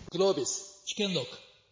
グロービス試験録。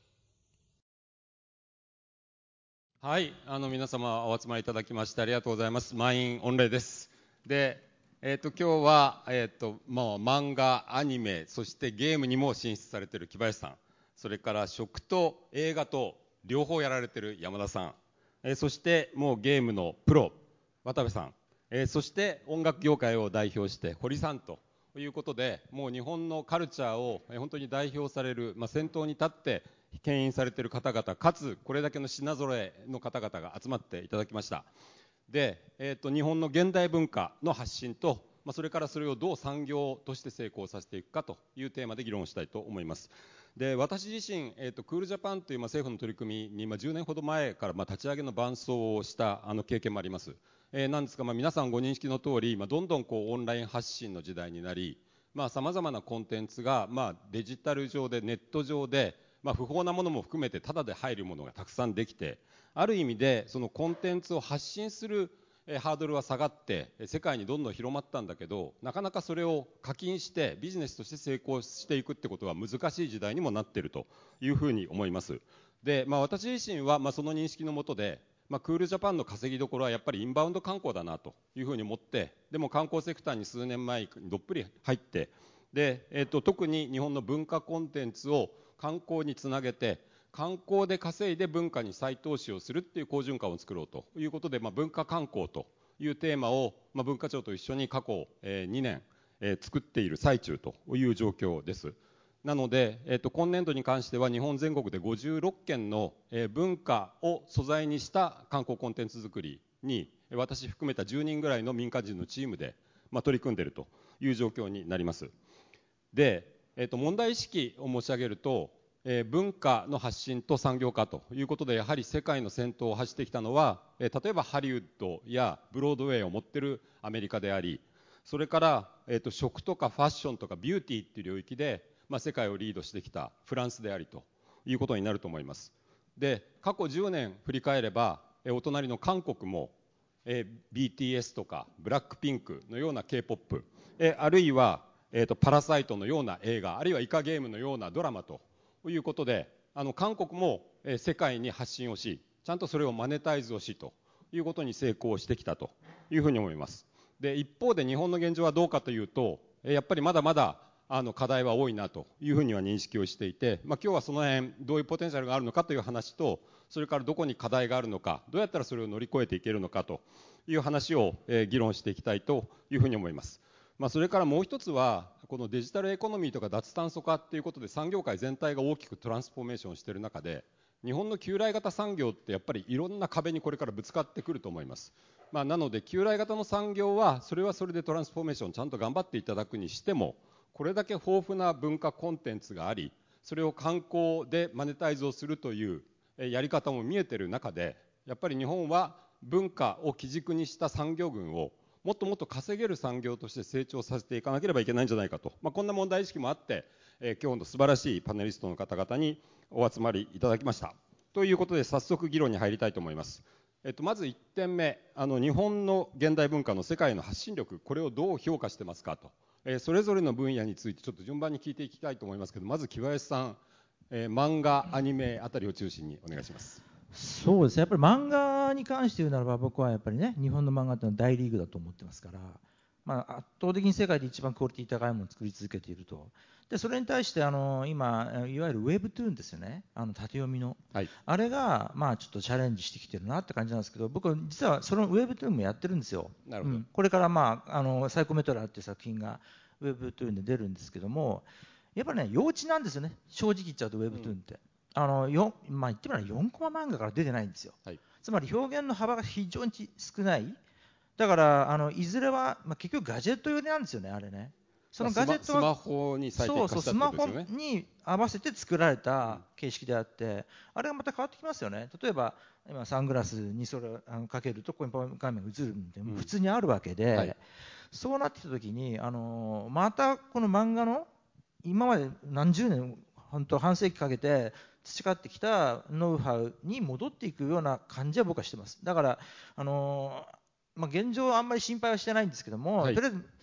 はい、皆様お集まりいただきましてありがとうございます。満員御礼です。で、今日は、漫画、アニメ、そしてゲームにも進出されている木林さん、それから食と映画と両方やられている山田さん、そしてもうゲームのプロ、渡部さん、そして音楽業界を代表して堀さんということで、もう日本のカルチャーを本当に代表される、先頭に立って牽引されている方々、かつこれだけの品揃えの方々が集まっていただきました。で、日本の現代文化の発信と、それからそれをどう産業として成功させていくかというテーマで議論したいと思います。で、私自身、クールジャパンという政府の取り組みに10年ほど前から立ち上げの伴走をした経験もあります。なんですが、皆さんご認識の通り、どんどんオンライン発信の時代になり、さまざまなコンテンツが、デジタル上でネット上で、不法なものも含めてタダで入るものがたくさんできて、ある意味でそのコンテンツを発信するハードルは下がって世界にどんどん広まったんだけど、なかなかそれを課金してビジネスとして成功していくってことは難しい時代にもなっているというふうに思います。で、私自身はその認識のもとで、クールジャパンの稼ぎどころはやっぱりインバウンド観光だなというふうに思って、でも観光セクターに数年前にどっぷり入って、で、特に日本の文化コンテンツを観光につなげて、観光で稼いで文化に再投資をするっていう好循環を作ろうということで、文化観光というテーマを、文化庁と一緒に過去2年作っている最中という状況です。なので、今年度に関しては日本全国で56件の文化を素材にした観光コンテンツ作りに私含めた10人ぐらいの民間人のチームで取り組んでいるという状況になります。で、問題意識を申し上げると、文化の発信と産業化ということで、やはり世界の先頭を走ってきたのは、例えばハリウッドやブロードウェイを持っているアメリカであり、それから、食とかファッションとかビューティーっていう領域で、世界をリードしてきたフランスでありということになると思います。で、過去10年振り返れば、お隣の韓国も、BTS とかブラックピンクのような K-POP、あるいはパラサイトのような映画、あるいはイカゲームのようなドラマということで、韓国も世界に発信をし、ちゃんとそれをマネタイズをしということに成功してきたというふうに思います。で、一方で日本の現状はどうかというと、やっぱりまだまだ課題は多いなというふうには認識をしていて、今日はその辺どういうポテンシャルがあるのかという話と、それからどこに課題があるのか、どうやったらそれを乗り越えていけるのかという話を議論していきたいというふうに思います。それからもう一つは、このデジタルエコノミーとか脱炭素化っていうことで産業界全体が大きくトランスフォーメーションしている中で、日本の旧来型産業ってやっぱりいろんな壁にこれからぶつかってくると思います。なので旧来型の産業はそれはそれでトランスフォーメーションちゃんと頑張っていただくにしても、これだけ豊富な文化コンテンツがあり、それを観光でマネタイズをするというやり方も見えている中で、やっぱり日本は文化を基軸にした産業群をもっともっと稼げる産業として成長させていかなければいけないんじゃないかと、こんな問題意識もあって、今日の素晴らしいパネリストの方々にお集まりいただきました。ということで早速議論に入りたいと思います。まず1点目、日本の現代文化の世界の発信力、これをどう評価してますかと、それぞれの分野についてちょっと順番に聞いていきたいと思いますけど、まず木林さん、漫画、アニメあたりを中心にお願いします。 そうですね、やっぱり漫画に関して言うならば、僕はやっぱりね、日本の漫画っていうのは大リーグだと思ってますから、圧倒的に世界で一番クオリティ高いものを作り続けていると。でそれに対して今、いわゆるウェブトゥーンですよね、縦読みの、 はい、 あれがちょっとチャレンジしてきてるなって感じなんですけど、僕は実はそのウェブトゥーンもやってるんですよ。 なるほど。 これからサイコメトラーっていう作品がウェブトゥーンで出るんですけども、やっぱりね、幼稚なんですよね、正直言っちゃうとウェブトゥーンって。言ってみれば4コマ漫画から出てないんですよ、 はい、 つまり表現の幅が非常に少ない。だからいずれは、結局ガジェット寄りなんですよね、あれね。そのガジェットはスマホに最適化したってことですよね。 スマホに合わせて作られた形式であって、あれがまた変わってきますよね。例えば今サングラスにそれをかけるとここに画面が映るんで、普通にあるわけで、 はい、 そうなってきた時にまたこの漫画の今まで何十年本当半世紀かけて培ってきたノウハウに戻っていくような感じは僕はしてます。だから現状あんまり心配はしてないんですけども、 はい、 とりあえず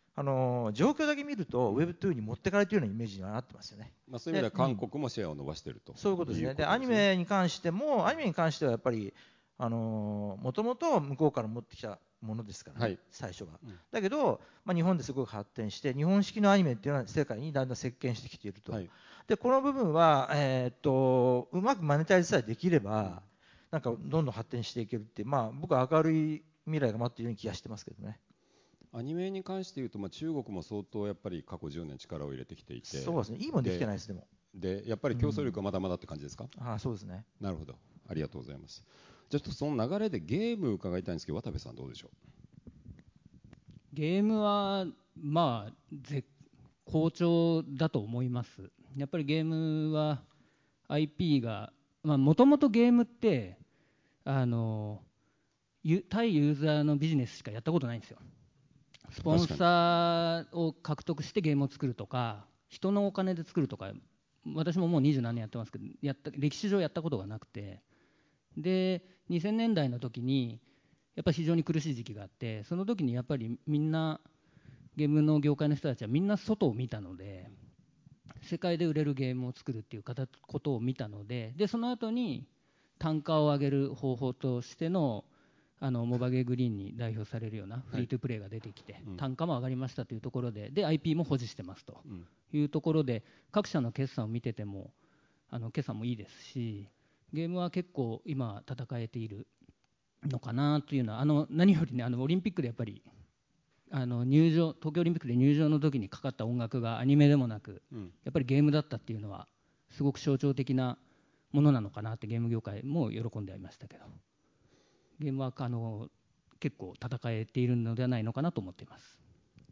状況だけ見ると Web2 に持ってかれているようなイメージにはなってますよね。 そういう意味では韓国もシェアを伸ばしているとそういうことですね。で、アニメに関してはやっぱり、もともと向こうから持ってきたものですからね、最初は。だけど、日本ですごく発展して、日本式のアニメっていうのは世界にだんだん席巻してきていると。で、この部分は、うまくマネタイズさえできれば、なんかどんどん発展していけるって、僕は明るい未来が待っているような気がしてますけどね。 アニメに関して言うと、中国も相当やっぱり過去10年力を入れてきていて、 そうですね、いいもんできてないです。 でやっぱり競争力はまだまだって感じですか？ そうですね。 なるほど、ありがとうございます。じゃあちょっとその流れでゲーム伺いたいんですけど、渡部さんどうでしょゲームは好調だと思います。やっぱりゲームは IP がもともとゲームって対ユーザーのビジネスしかやったことないんですよ。スポンサーを獲得してゲームを作るとか、人のお金で作るとか、私ももう20何年やってますけど、歴史上やったことがなくて、で2000年代の時にやっぱり非常に苦しい時期があって、その時にやっぱりみんなゲームの業界の人たちはみんな外を見たので、世界で売れるゲームを作るっていうことを見たので、その後に単価を上げる方法としてのモバゲーグリーンに代表されるようなフリートゥプレイが出てきて、単価も上がりましたというところで、IP も保持してますというところで、各社の決算を見てても決算もいいですし、ゲームは結構今戦えているのかなというのは、何よりね、オリンピックでやっぱり東京オリンピックで入場の時にかかった音楽がアニメでもなく、やっぱりゲームだったっていうのはすごく象徴的なものなのかなって、ゲーム業界も喜んではいましたけど、ゲームは結構戦えているのではないのかなと思っています。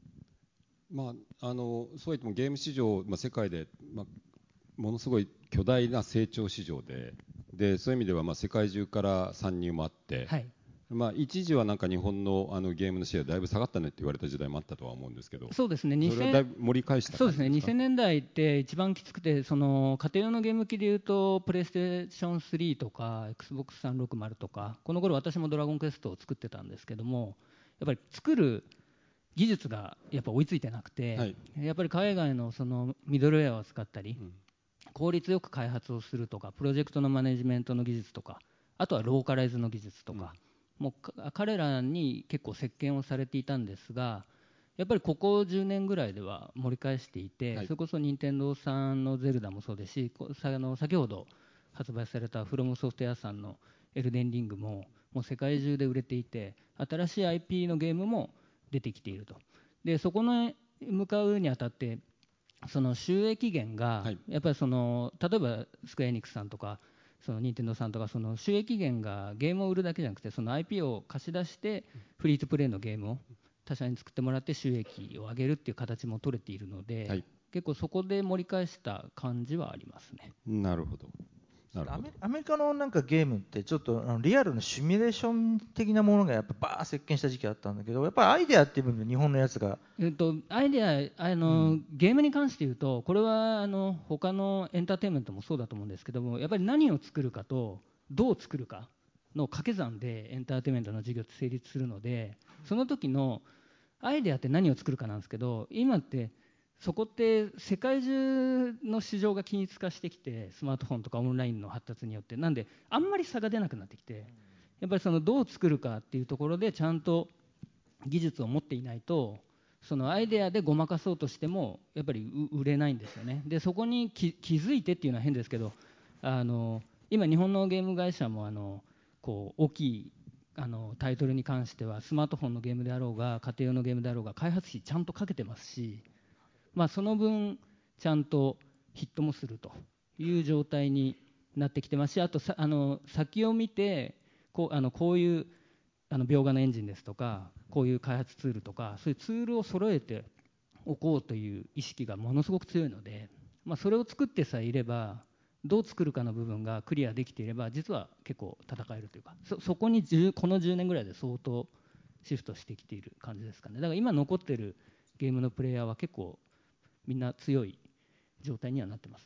そういってもゲーム市場、世界で、ものすごい巨大な成長市場で、そういう意味では世界中から参入もあって、一時はなんか日本のゲームのシェアだいぶ下がったねって言われた時代もあったとは思うんですけど、 そうですね、 それはだいぶ盛り返した感じですか？ そうですね、2000年代って一番きつくて、その家庭用のゲーム機でいうとプレイステーション3とか XBOX360 とか、この頃私もドラゴンクエストを作ってたんですけども、やっぱり作る技術がやっぱ追いついてなくて、やっぱり海外のそのミドルウェアを使ったり、効率よく開発をするとか、プロジェクトのマネジメントの技術とか、あとはローカライズの技術とか、もう彼らに結構席巻をされていたんですが、やっぱりここ10年ぐらいでは盛り返していて、それこそ任天堂さんのゼルダもそうですし、先ほど発売されたフロムソフトウェアさんのエルデンリングももう世界中で売れていて、新しい IP のゲームも出てきていると。でそこに向かうにあたって、その収益源がやっぱり例えばスクエアエニックスさんとかその任天堂さんとか、その収益源がゲームを売るだけじゃなくて、その IP を貸し出してフリートプレイのゲームを他社に作ってもらって収益を上げるっていう形も取れているので、結構そこで盛り返した感じはありますね。 なるほど。 アメリカのなんかゲームってちょっとリアルなシミュレーション的なものがやっぱバー席巻した時期あったんだけど、やっぱりアイデアっていう部分で日本のやつが、 アイデアゲームに関して言うと、これは他のエンターテインメントもそうだと思うんですけども、やっぱり何を作るかとどう作るかの掛け算でエンターテインメントの事業って成立するので、その時のアイデアって何を作るかなんですけど、今ってそこって世界中の市場が均一化してきて、スマートフォンとかオンラインの発達によって、なんであんまり差が出なくなってきて、やっぱりそのどう作るかっていうところでちゃんと技術を持っていないと、そのアイデアでごまかそうとしてもやっぱり売れないんですよね。でそこに気づいてっていうのは変ですけど、今日本のゲーム会社もこう大きいタイトルに関してはスマートフォンのゲームであろうが家庭用のゲームであろうが開発費ちゃんとかけてますし、その分ちゃんとヒットもするという状態になってきてますし、あと先を見てこういう描画のエンジンですとか、こういう開発ツールとか、そういうツールを揃えておこうという意識がものすごく強いので、それを作ってさえいれば、どう作るかの部分がクリアできていれば、実は結構戦えるというか、そこにこの10年ぐらいで相当シフトしてきている感じですかね。だから今残っているゲームのプレイヤーは結構みんな強い状態にはなってますね。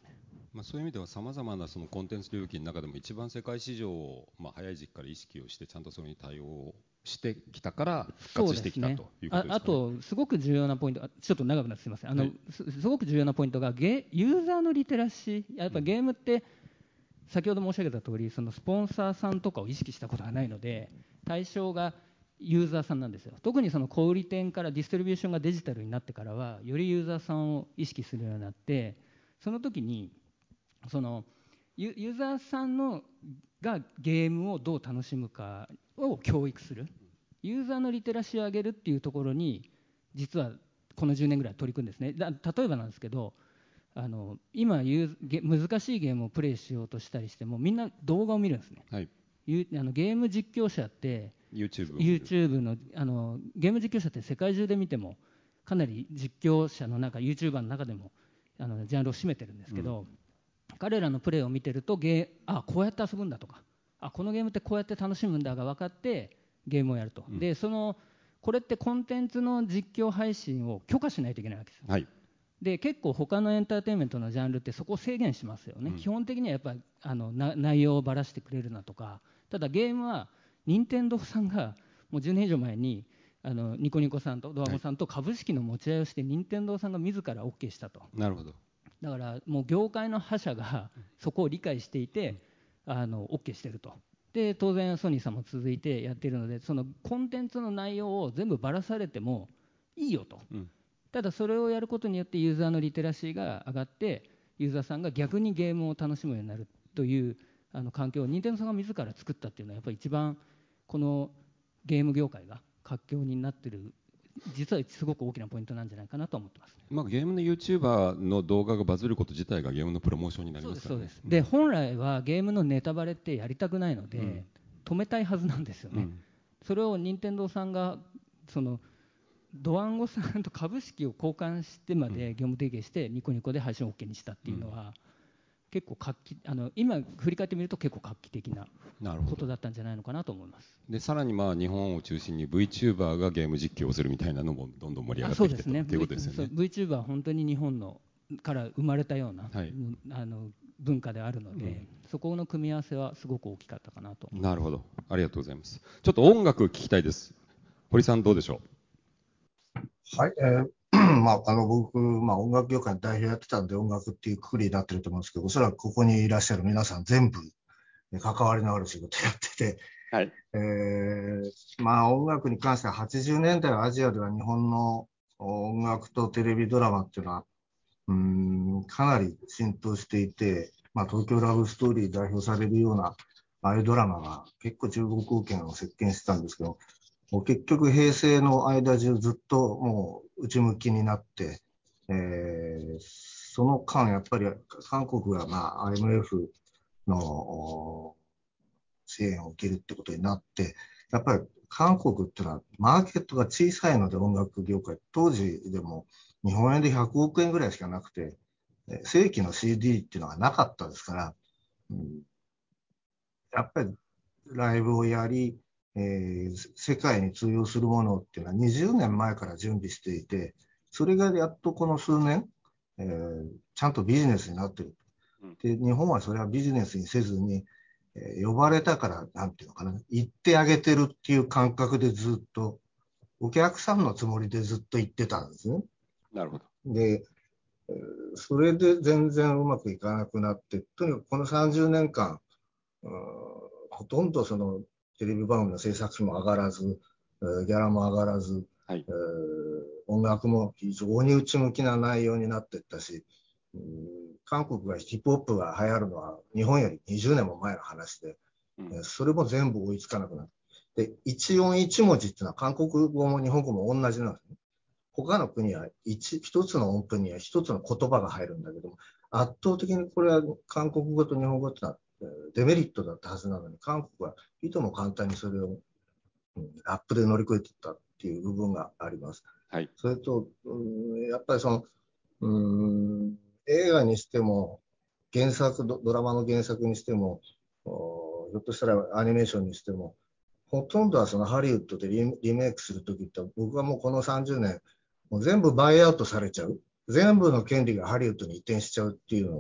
そういう意味ではさまざまなそのコンテンツ領域の中でも一番世界市場を、早い時期から意識をしてちゃんとそれに対応してきたから復活してきたということですかね。 あとすごく重要なポイント、ちょっと長くなってすみません、すごく重要なポイントがユーザーのリテラシー、やっぱゲームって先ほど申し上げた通り、そのスポンサーさんとかを意識したことがないので、対象がユーザーさんなんですよ。特にその小売店からディストリビューションがデジタルになってからは、よりユーザーさんを意識するようになって、その時にそのユーザーさんがゲームをどう楽しむかを教育する、ユーザーのリテラシーを上げるっていうところに実はこの10年ぐらい取り組んでですね。例えばなんですけど、今難しいゲームをプレイしようとしたりしてもみんな動画を見るんですね、 はい、 ゲーム実況者って YouTube の、ゲーム実況者って世界中で見てもかなり実況者の中 YouTuber の中でもジャンルを占めてるんですけど、彼らのプレイを見てるとこうやって遊ぶんだとか、このゲームってこうやって楽しむんだが分かってゲームをやると、でこれってコンテンツの実況配信を許可しないといけないわけです、 はい、 で結構他のエンターテインメントのジャンルってそこを制限しますよね、基本的にはやっぱり内容をばらしてくれるなとか。ただゲームは任天堂さんがもう10年以上前にニコニコさんとドワゴンさんと株式の持ち合いをして任天堂さんが自ら OK したと。 なるほど。 だからもう業界の覇者がそこを理解していてOK してると。で当然ソニーさんも続いてやっているので、そのコンテンツの内容を全部ばらされてもいいよと、ただそれをやることによってユーザーのリテラシーが上がってユーザーさんが逆にゲームを楽しむようになるという環境を任天堂さんが自ら作ったっていうのはやっぱり一番このゲーム業界が活況になっている、実はすごく大きなポイントなんじゃないかなと思ってます、 ゲームの YouTuber の動画がバズること自体がゲームのプロモーションになりますからね。 そうです。で本来はゲームのネタバレってやりたくないので、止めたいはずなんですよね、それを任天堂さんがドワンゴさんと株式を交換してまで業務提携してニコニコで配信を OK にしたっていうのは、結構今振り返ってみると結構画期的なことだったんじゃないのかなと思います。 でさらに日本を中心に VTuber がゲーム実況をするみたいなのもどんどん盛り上がってきてるということですよね。 VTuber は本当に日本から生まれたような、文化であるので、そこの組み合わせはすごく大きかったかなと思います。 なるほど、ありがとうございます。ちょっと音楽聞きたいです。堀さんどうでしょう。 はい、僕、音楽業界の代表やってたんで、音楽っていうくくりになってると思うんですけど、おそらくここにいらっしゃる皆さん全部関わりのある仕事やってて、 はい、 音楽に関しては80年代はアジアでは日本の音楽とテレビドラマっていうのは、かなり浸透していて、東京ラブストーリー代表されるような、ああいうドラマが結構中国圏を席巻してたんですけど、もう結局平成の間中ずっともう内向きになって、その間やっぱり韓国がIMF の支援を受けるってことになって、やっぱり韓国っていうのはマーケットが小さいので、音楽業界当時でも日本円で100億円ぐらいしかなくて、正規の CD っていうのがなかったですから、やっぱりライブをやり、世界に通用するものっていうのは20年前から準備していて、それがやっとこの数年、ちゃんとビジネスになっている。で、日本はそれはビジネスにせずに、呼ばれたから、なんていうのかな、言ってあげてるっていう感覚でずっと、お客さんのつもりでずっと言ってたんですね。 なるほど。 で、それで全然うまくいかなくなって、とにかくこの30年間、ほとんどそのテレビ番組の制作費も上がらず、ギャラも上がらず、音楽も非常に内向きな内容になっていったし、韓国がヒップホップが流行るのは日本より20年も前の話で、それも全部追いつかなくなって、で、一音一文字っていうのは韓国語も日本語も同じなんですね。他の国は一つの音符には一つの言葉が入るんだけども、圧倒的にこれは韓国語と日本語ってのはデメリットだったはずなのに、韓国はいとも簡単にそれを、ラップで乗り越えていったっていう部分があります。それと、やっぱり映画にしても原作ドラマの原作にしても、ひょっとしたらアニメーションにしても、ほとんどはそのハリウッドでリメイクするときって、僕はもうこの30年もう全部バイアウトされちゃう、全部の権利がハリウッドに移転しちゃうっていうのを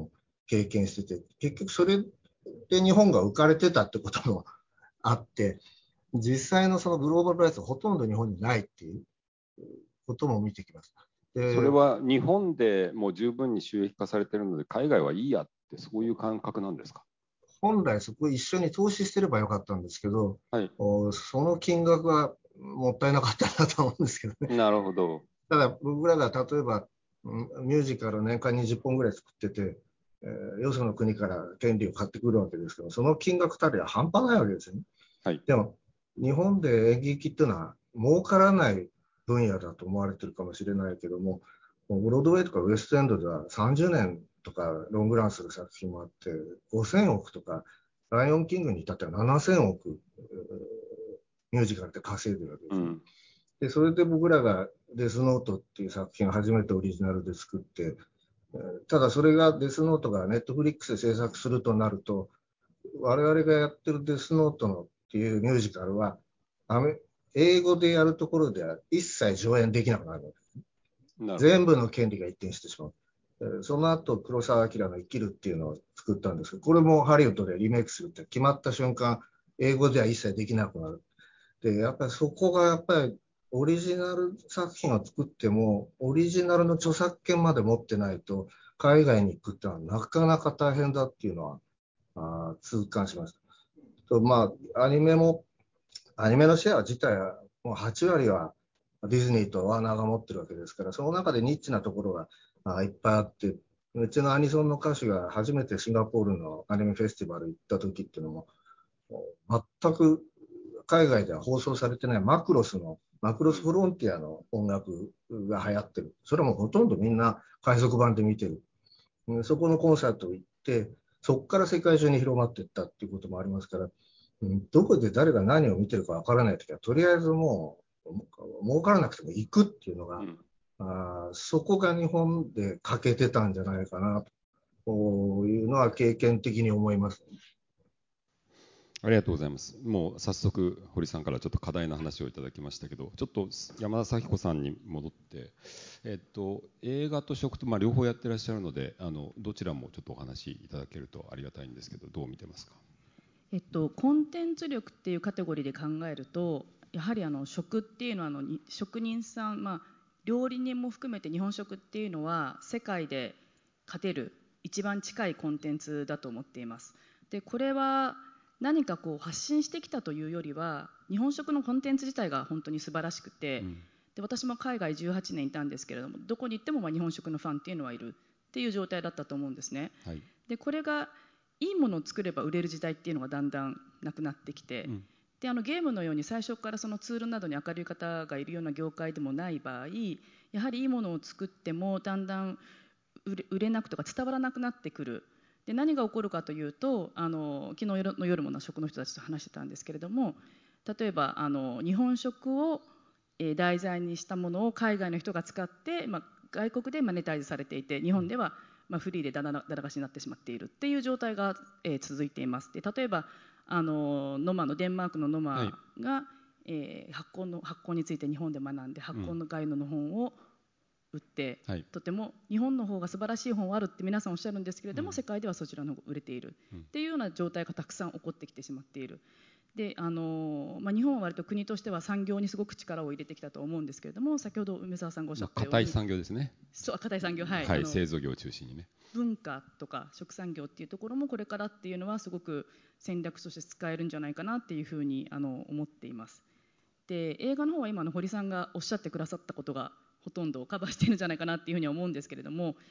経験してて、結局それで日本が浮かれてたってこともあって、実際のそのグローバルライツはほとんど日本にないっていうことも見てきます。で、 それは日本でもう十分に収益化されているので、海外はいいやって、そういう感覚なんですか？ 本来そこ一緒に投資してればよかったんですけど、 はい、 その金額はもったいなかったなと思うんですけどね。 なるほど。 ただ僕らが例えばミュージカル年間20本ぐらい作ってて、よその国から権利を買ってくるわけですけど、その金額たりは半端ないわけですよね。 はい、 でも日本で演劇っていうのは儲からない分野だと思われてるかもしれないけども、ブロードウェイとかウエストエンドでは30年とかロングランする作品もあって5000億とか、ライオンキングに至っては7000億ミュージカルで稼いでるわけですね。でそれで僕らがデスノートっていう作品を初めてオリジナルで作って、ただそれがデスノートがネットフリックスで制作するとなると、我々がやってるデスノートのっていうミュージカルは英語でやるところでは一切上演できなくなるわけです。全部の権利が一転してしまう。その後黒澤明の生きるっていうのを作ったんですけど、これもハリウッドでリメイクするって決まった瞬間英語では一切できなくなる。でやっぱりそこがやっぱりオリジナル作品を作ってもオリジナルの著作権まで持ってないと海外に行くってのはなかなか大変だっていうのは痛感しました。とまあアニメのシェア自体はもう8割はディズニーとワーナーが持ってるわけですから、その中でニッチなところがいっぱいあって、うちのアニソンの歌手が初めてシンガポールのアニメフェスティバル行った時っていうのも、全く海外では放送されてないマクロスフロンティアの音楽が流行ってる。それもほとんどみんな海賊版で見てる。そこのコンサート行って、そこから世界中に広まっていったっていうこともありますから、どこで誰が何を見てるかわからないときは、とりあえずもう、儲からなくても行くっていうのが、そこが日本で欠けてたんじゃないかなというのは経験的に思います。 ありがとうございます。もう早速堀さんからちょっと課題の話をいただきましたけど、ちょっと山田咲子さんに戻って、映画と食と、両方やってらっしゃるので、どちらもちょっとお話しいただけるとありがたいんですけど、どう見てますか？ コンテンツ力っていうカテゴリーで考えると、やはり食っていうのは職人さん、料理人も含めて日本食っていうのは世界で勝てる一番近いコンテンツだと思っています。でこれは何かこう発信してきたというよりは、日本食のコンテンツ自体が本当に素晴らしくて、で私も海外18年いたんですけれども、どこに行っても日本食のファンっていうのはいるっていう状態だったと思うんですね。でこれがいいものを作れば売れる時代っていうのがだんだんなくなってきて、でゲームのように最初からそのツールなどに明るい方がいるような業界でもない場合、やはりいいものを作ってもだんだん売れなくとか伝わらなくなってくる。で何が起こるかというと、昨日の夜も食の人たちと話してたんですけれども、例えば日本食を題材にしたものを海外の人が使って、外国でマネタイズされていて、日本ではフリーでだら貸しになってしまっているっていう状態が続いています。で例えばノマのデンマークのノマが、発酵について日本で学んで発酵のガイドの本を売って、とても日本の方が素晴らしい本はあるって皆さんおっしゃるんですけれども、世界ではそちらの方が売れているっていうような状態がたくさん起こってきてしまっている。で日本は割と国としては産業にすごく力を入れてきたと思うんですけれども、先ほど梅沢さんがおっしゃったように、 硬い産業ですね。 そう、硬い産業、 製造業を中心にね。 文化とか食産業っていうところもこれからっていうのはすごく戦略として使えるんじゃないかなっていうふうに思っています。で映画の方は今の堀さんがおっしゃってくださったことがほとんどカバーしているんじゃないかなっていうふうに思うんですけれども、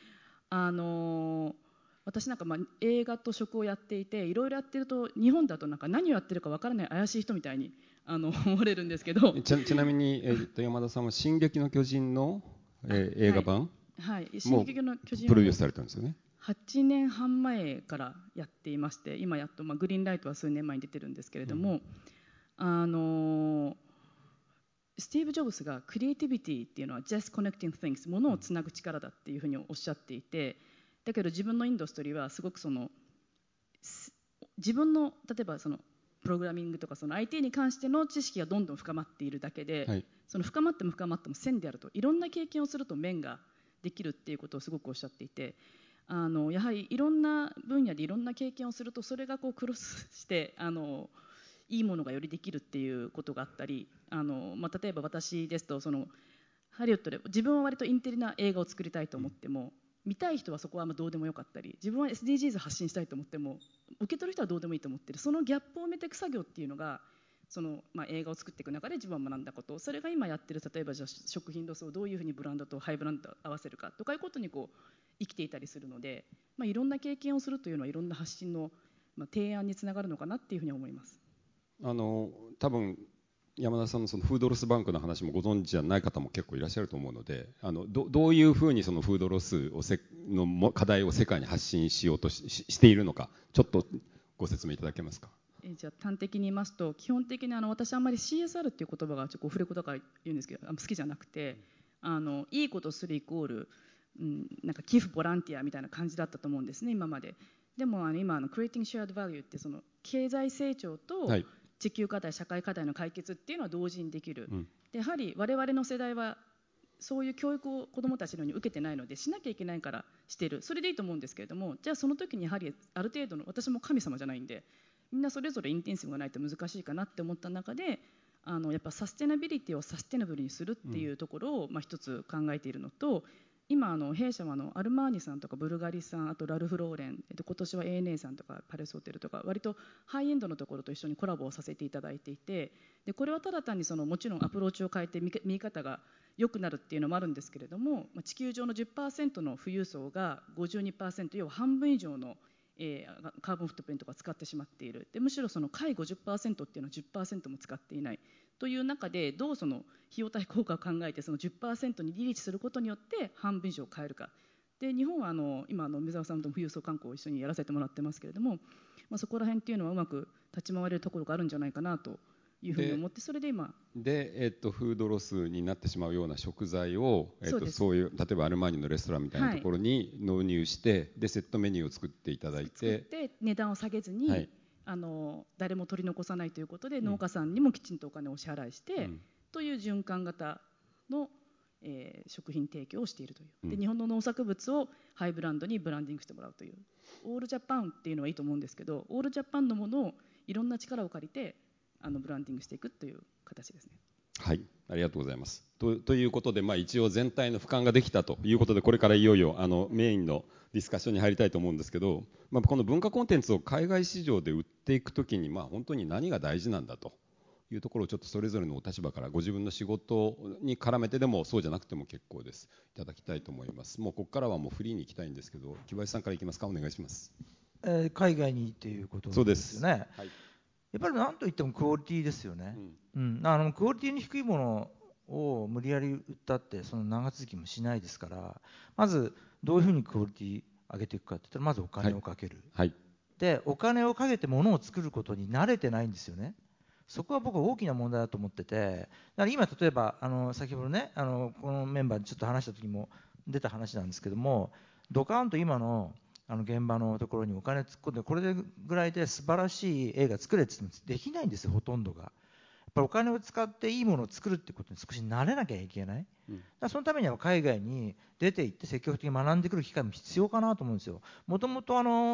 私なんか映画と食をやっていて、いろいろやってると日本だとなんか何をやってるかわからない怪しい人みたいに思われるんですけど、 ちなみに、山田さんは「進撃の巨人」の、映画版、 進撃の巨人プロデュースされたんですよね。 8年半前からやっていまして、今やっと、グリーンライトは数年前に出てるんですけれども、スティーブ・ジョブズがクリエイティビティっていうのは just connecting things、 ものをつなぐ力だっていうふうにおっしゃっていて、だけど自分のインダストリーはすごく自分の例えばプログラミングとかIT に関しての知識がどんどん深まっているだけで、深まっても深まっても線であると、いろんな経験をすると面ができるっていうことをすごくおっしゃっていて、やはりいろんなでいろんな経験をすると、それがこうクロスしていいものがよりできるっていうことがあったり、例えば私ですとハリウッドで自分は割とインテリな映画を作りたいと思っても、見たい人はそこはどうでもよかったり、自分は SDGs 発信したいと思っても受け取る人はどうでもいいと思ってる、そのギャップを埋めていく作業っていうのが映画を作っていく中で自分は学んだこと、それが今やってる、例えばじゃあ食品ロスをどういうふうにブランドとハイブランドと合わせるかとかいうことに生きていたりするので、いろんな経験をするというのはいろんな発信の提案につながるのかなっていうふうに思います。 多分山田さんのそのフードロスバンクの話もご存知じゃない方も結構いらっしゃると思うので、どういうふうにそのフードロスの課題を世界に発信しようとしているのか、ちょっとご説明いただけますか。 じゃあ端的に言いますと、基本的に私あんまり CSR っていう言葉がちょっとオフレコだから言うんですけど、好きじゃなくて、いいことするイコール、なんか寄付ボランティアみたいな感じだったと思うんですね、今まで。でも今Creating Shared Value って経済成長と地球課題、社会課題の解決っていうのは同時にできる、でやはり我々の世代はそういう教育を子どもたちのように受けてないので、しなきゃいけないからしてる、それでいいと思うんですけれども、じゃあその時にやはりある程度の、私も神様じゃないんで、みんなそれぞれインテンシブがないと難しいかなって思った中で、やっぱサステナビリティをサステナブルにするっていうところを一つ考えているのと、今弊社はアルマーニさんとかブルガリさん、あとラルフ・ローレン、今年は ANA さんとかパレスホテルとか割とハイエンドのところと一緒にコラボをさせていただいていて、でこれはただ単にもちろんアプローチを変えて見方が良くなるっていうのもあるんですけれども、地球上の 10% の富裕層が 52%、 要は半分以上のカーボンフットプリントが使ってしまっている。でむしろ下位 50% っていうのは 10% も使っていないという中で、どう費用対効果を考えて10% にリーチすることによって半分以上変えるか。で日本は今梅沢さんとも富裕層観光を一緒にやらせてもらってますけれども、そこら辺っていうのはうまく立ち回れるところがあるんじゃないかなというふうに思って、それで今で、フードロスになってしまうような食材を、そういう例えばアルマーニのレストランみたいなところに納入して、でセットメニューを作っていただいて、 値段を下げずに、誰も取り残さないということで、農家さんにもきちんとお金をお支払いして、という循環型の、食品提供をしているという。で日本の農作物をハイブランドにブランディングしてもらうという、オールジャパンっていうのはいいと思うんですけど、オールジャパンのものをいろんな力を借りてブランディングしていくという形ですね。 はい、ありがとうございます。ということで、一応全体の俯瞰ができたということで、これからいよいよメインのディスカッションに入りたいと思うんですけど、この文化コンテンツを海外市場で売っていくときに、本当に何が大事なんだというところを、ちょっとそれぞれのお立場からご自分の仕事に絡めてでもそうじゃなくても結構です、いただきたいと思います。もうここからはもうフリーに行きたいんですけど、木林さんからいきますか。お願いします。 海外にっていうことですよね。 そうです、はい、 やっぱり何といってもクオリティですよね、クオリティの低いものを無理やり売ったって長続きもしないですから、まずどういうふうにクオリティ上げていくかっていったら、まずお金をかける、でお金をかけて物を作ることに慣れてないんですよね。そこは僕は大きな問題だと思ってて、だから今例えば先ほどねこのメンバーでちょっと話した時も出た話なんですけども、ドカーンと今の現場のところにお金突っ込んで、これぐらいで素晴らしい映画作れって言ってもできないんですよ、ほとんどが。やっぱりお金を使っていいものを作るってことに少し慣れなきゃいけない、だからそのためには海外に出て行って積極的に学んでくる機会も必要かなと思うんですよ。もともと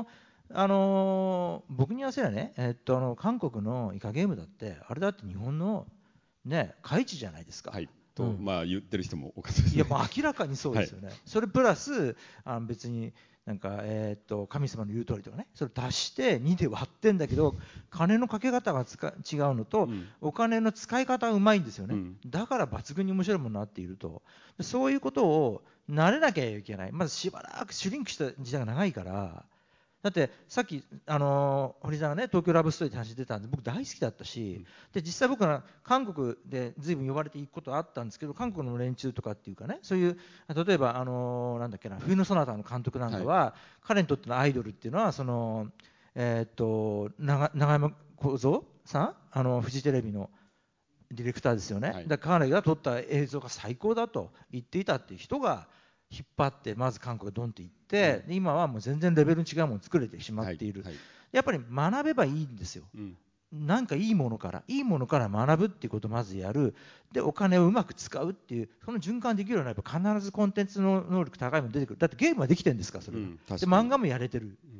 僕に言わせればね、韓国のイカゲームだってあれだって日本のね海地じゃないですか、 と言ってる人も多かったですね。 いや明らかにそうですよね、それプラス別になんか神様の言う通りとかね、それ足して2で割ってんだけど、金のかけ方が違うのと、お金の使い方がうまいんですよね、だから抜群に面白いものになっていると。そういうことを慣れなきゃいけない。まずしばらくシュリンクした時代が長いから。だってさっき堀さんがね東京ラブストーリーって話出たんで僕大好きだったし、で実際僕は韓国で随分呼ばれていくことあったんですけど、韓国の連中とかっていうかね、そういう例えばなんだっけな、冬のソナタの監督なんかは、彼にとってのアイドルっていうのは永山幸三さん、フジテレビのディレクターですよね、だから彼が撮った映像が最高だと言っていたっていう人が引っ張ってまず韓国がドンっていって、今はもう全然レベルの違うものを作れてしまっている、やっぱり学べばいいんですよ、なんかいいものから学ぶっていうことをまずやる。でお金をうまく使うっていう、その循環できるようになれば必ずコンテンツの能力高いもの出てくる。だってゲームはできてるんですから、それで漫画もやれてる、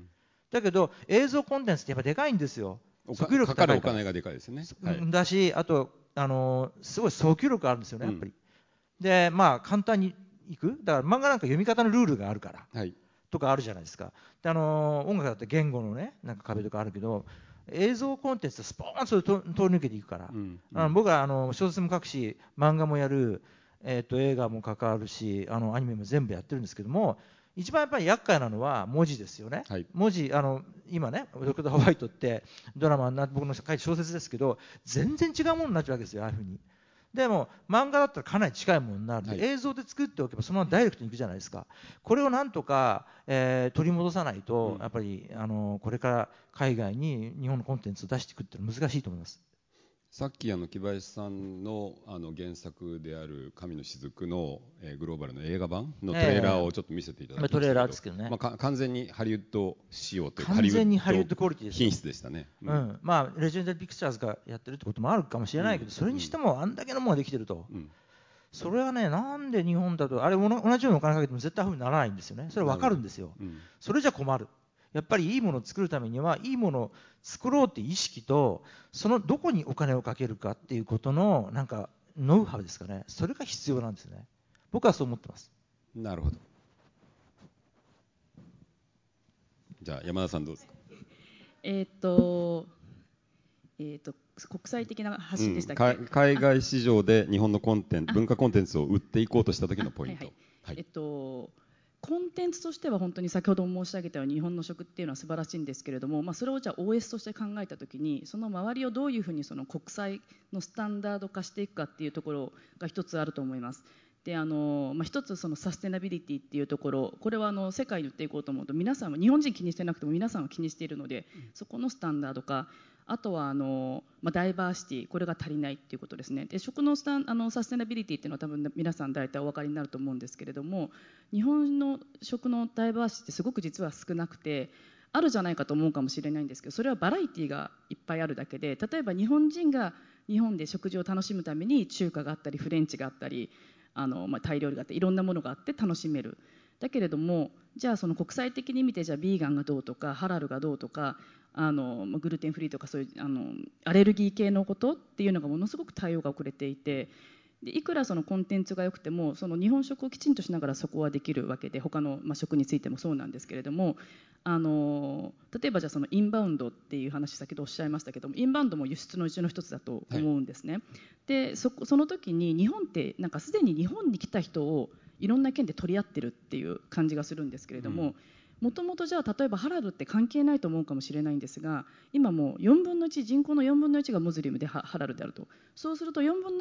だけど映像コンテンツってやっぱでかいんですよ。訴求力かか高いからるお金がでかいですね。はい、 だし、あとすごい訴求力あるんですよね、やっぱり。で、まあ簡単にいく。だから漫画なんか読み方のルールがあるから、 はい、 とかあるじゃないですか。で音楽だって言語のね、なんか壁とかあるけど、映像コンテンツスポーンと通り抜けていくから、僕は小説も書くし、漫画もやる、映画も関わるし、アニメも全部やってるんですけども、一番やっぱり厄介なのは文字ですよね。 はい、 文字、今ね、ドクターホワイトってドラマになって、僕の書いた小説ですけど、全然違うものになっちゃうわけですよ、ああいうふうに。でも漫画だったらかなり近いものになるので、 はい、 映像で作っておけばそのままダイレクトにいくじゃないですか。これをなんとか、取り戻さないと、やっぱりこれから海外に日本のコンテンツを出していくっていうのは難しいと思います。 さっき木林さんの原作である神の雫の、グローバルの映画版のトレーラーをちょっと見せていただきましたけど、 トレーラーですけどね、 完全にハリウッド仕様というか、 完全にハリウッドクオリティですよ。 品質でしたね。 まあレジェンダリーピクチャーズがやってるってこともあるかもしれないけど、それにしてもあんだけのものができてると、それはね、なんで日本だとあれ同じようなお金かけても絶対ああいうふうにならないんですよね。それは分かるんですよ。それじゃ困る。やっぱりいいものを作るためにはいいものを作ろうっていう意識と、そのどこにお金をかけるかっていうことのなんかノウハウですかね、それが必要なんですね。僕はそう思ってます。 なるほど。じゃあ山田さんどうですか。 国際的な発信でしたっけ。 海外市場で日本の文化コンテンツを売っていこうとした時のポイント。 コンテンツとしては本当に先ほど申し上げたように日本の食っていうのは素晴らしいんですけれども、それをじゃあ OS として考えたときに、その周りをどういうふうにその国際のスタンダード化していくかっていうところが一つあると思います。で一つそのサステナビリティっていうところ、これは世界に売っていこうと思うと皆さんは日本人気にしてなくても皆さんは気にしているので、そこのスタンダード化、あとはダイバーシティ、これが足りないっていうことですね。で食のサステナビリティっていうのは多分皆さん大体お分かりになると思うんですけれども、日本の食のダイバーシティってすごく実は少なくて、あるじゃないかと思うかもしれないんですけど、それはバラエティがいっぱいあるだけで、例えば日本人が日本で食事を楽しむために中華があったりフレンチがあったりタイ料理があっていろんなものがあって楽しめる。だけれどもじゃあその国際的に見て、じゃあビーガンがどうとかハラルがどうとかグルテンフリーとかそういうアレルギー系のことっていうのがものすごく対応が遅れていて、でいくらそのコンテンツが良くてもその日本食をきちんとしながらそこはできるわけで、他の食についてもそうなんですけれども、例えばじゃあそのインバウンドっていう話先ほどおっしゃいましたけども、インバウンドも輸出のうちの一つだと思うんですね。でその時に日本ってなんかすでに日本に来た人をいろんな県で取り合ってるっていう感じがするんですけれども、もともとじゃあ例えばハラルって関係ないと思うかもしれないんですが、今もう4分の1、人口の4分の1がムスリムでハラルであると。そうすると4分の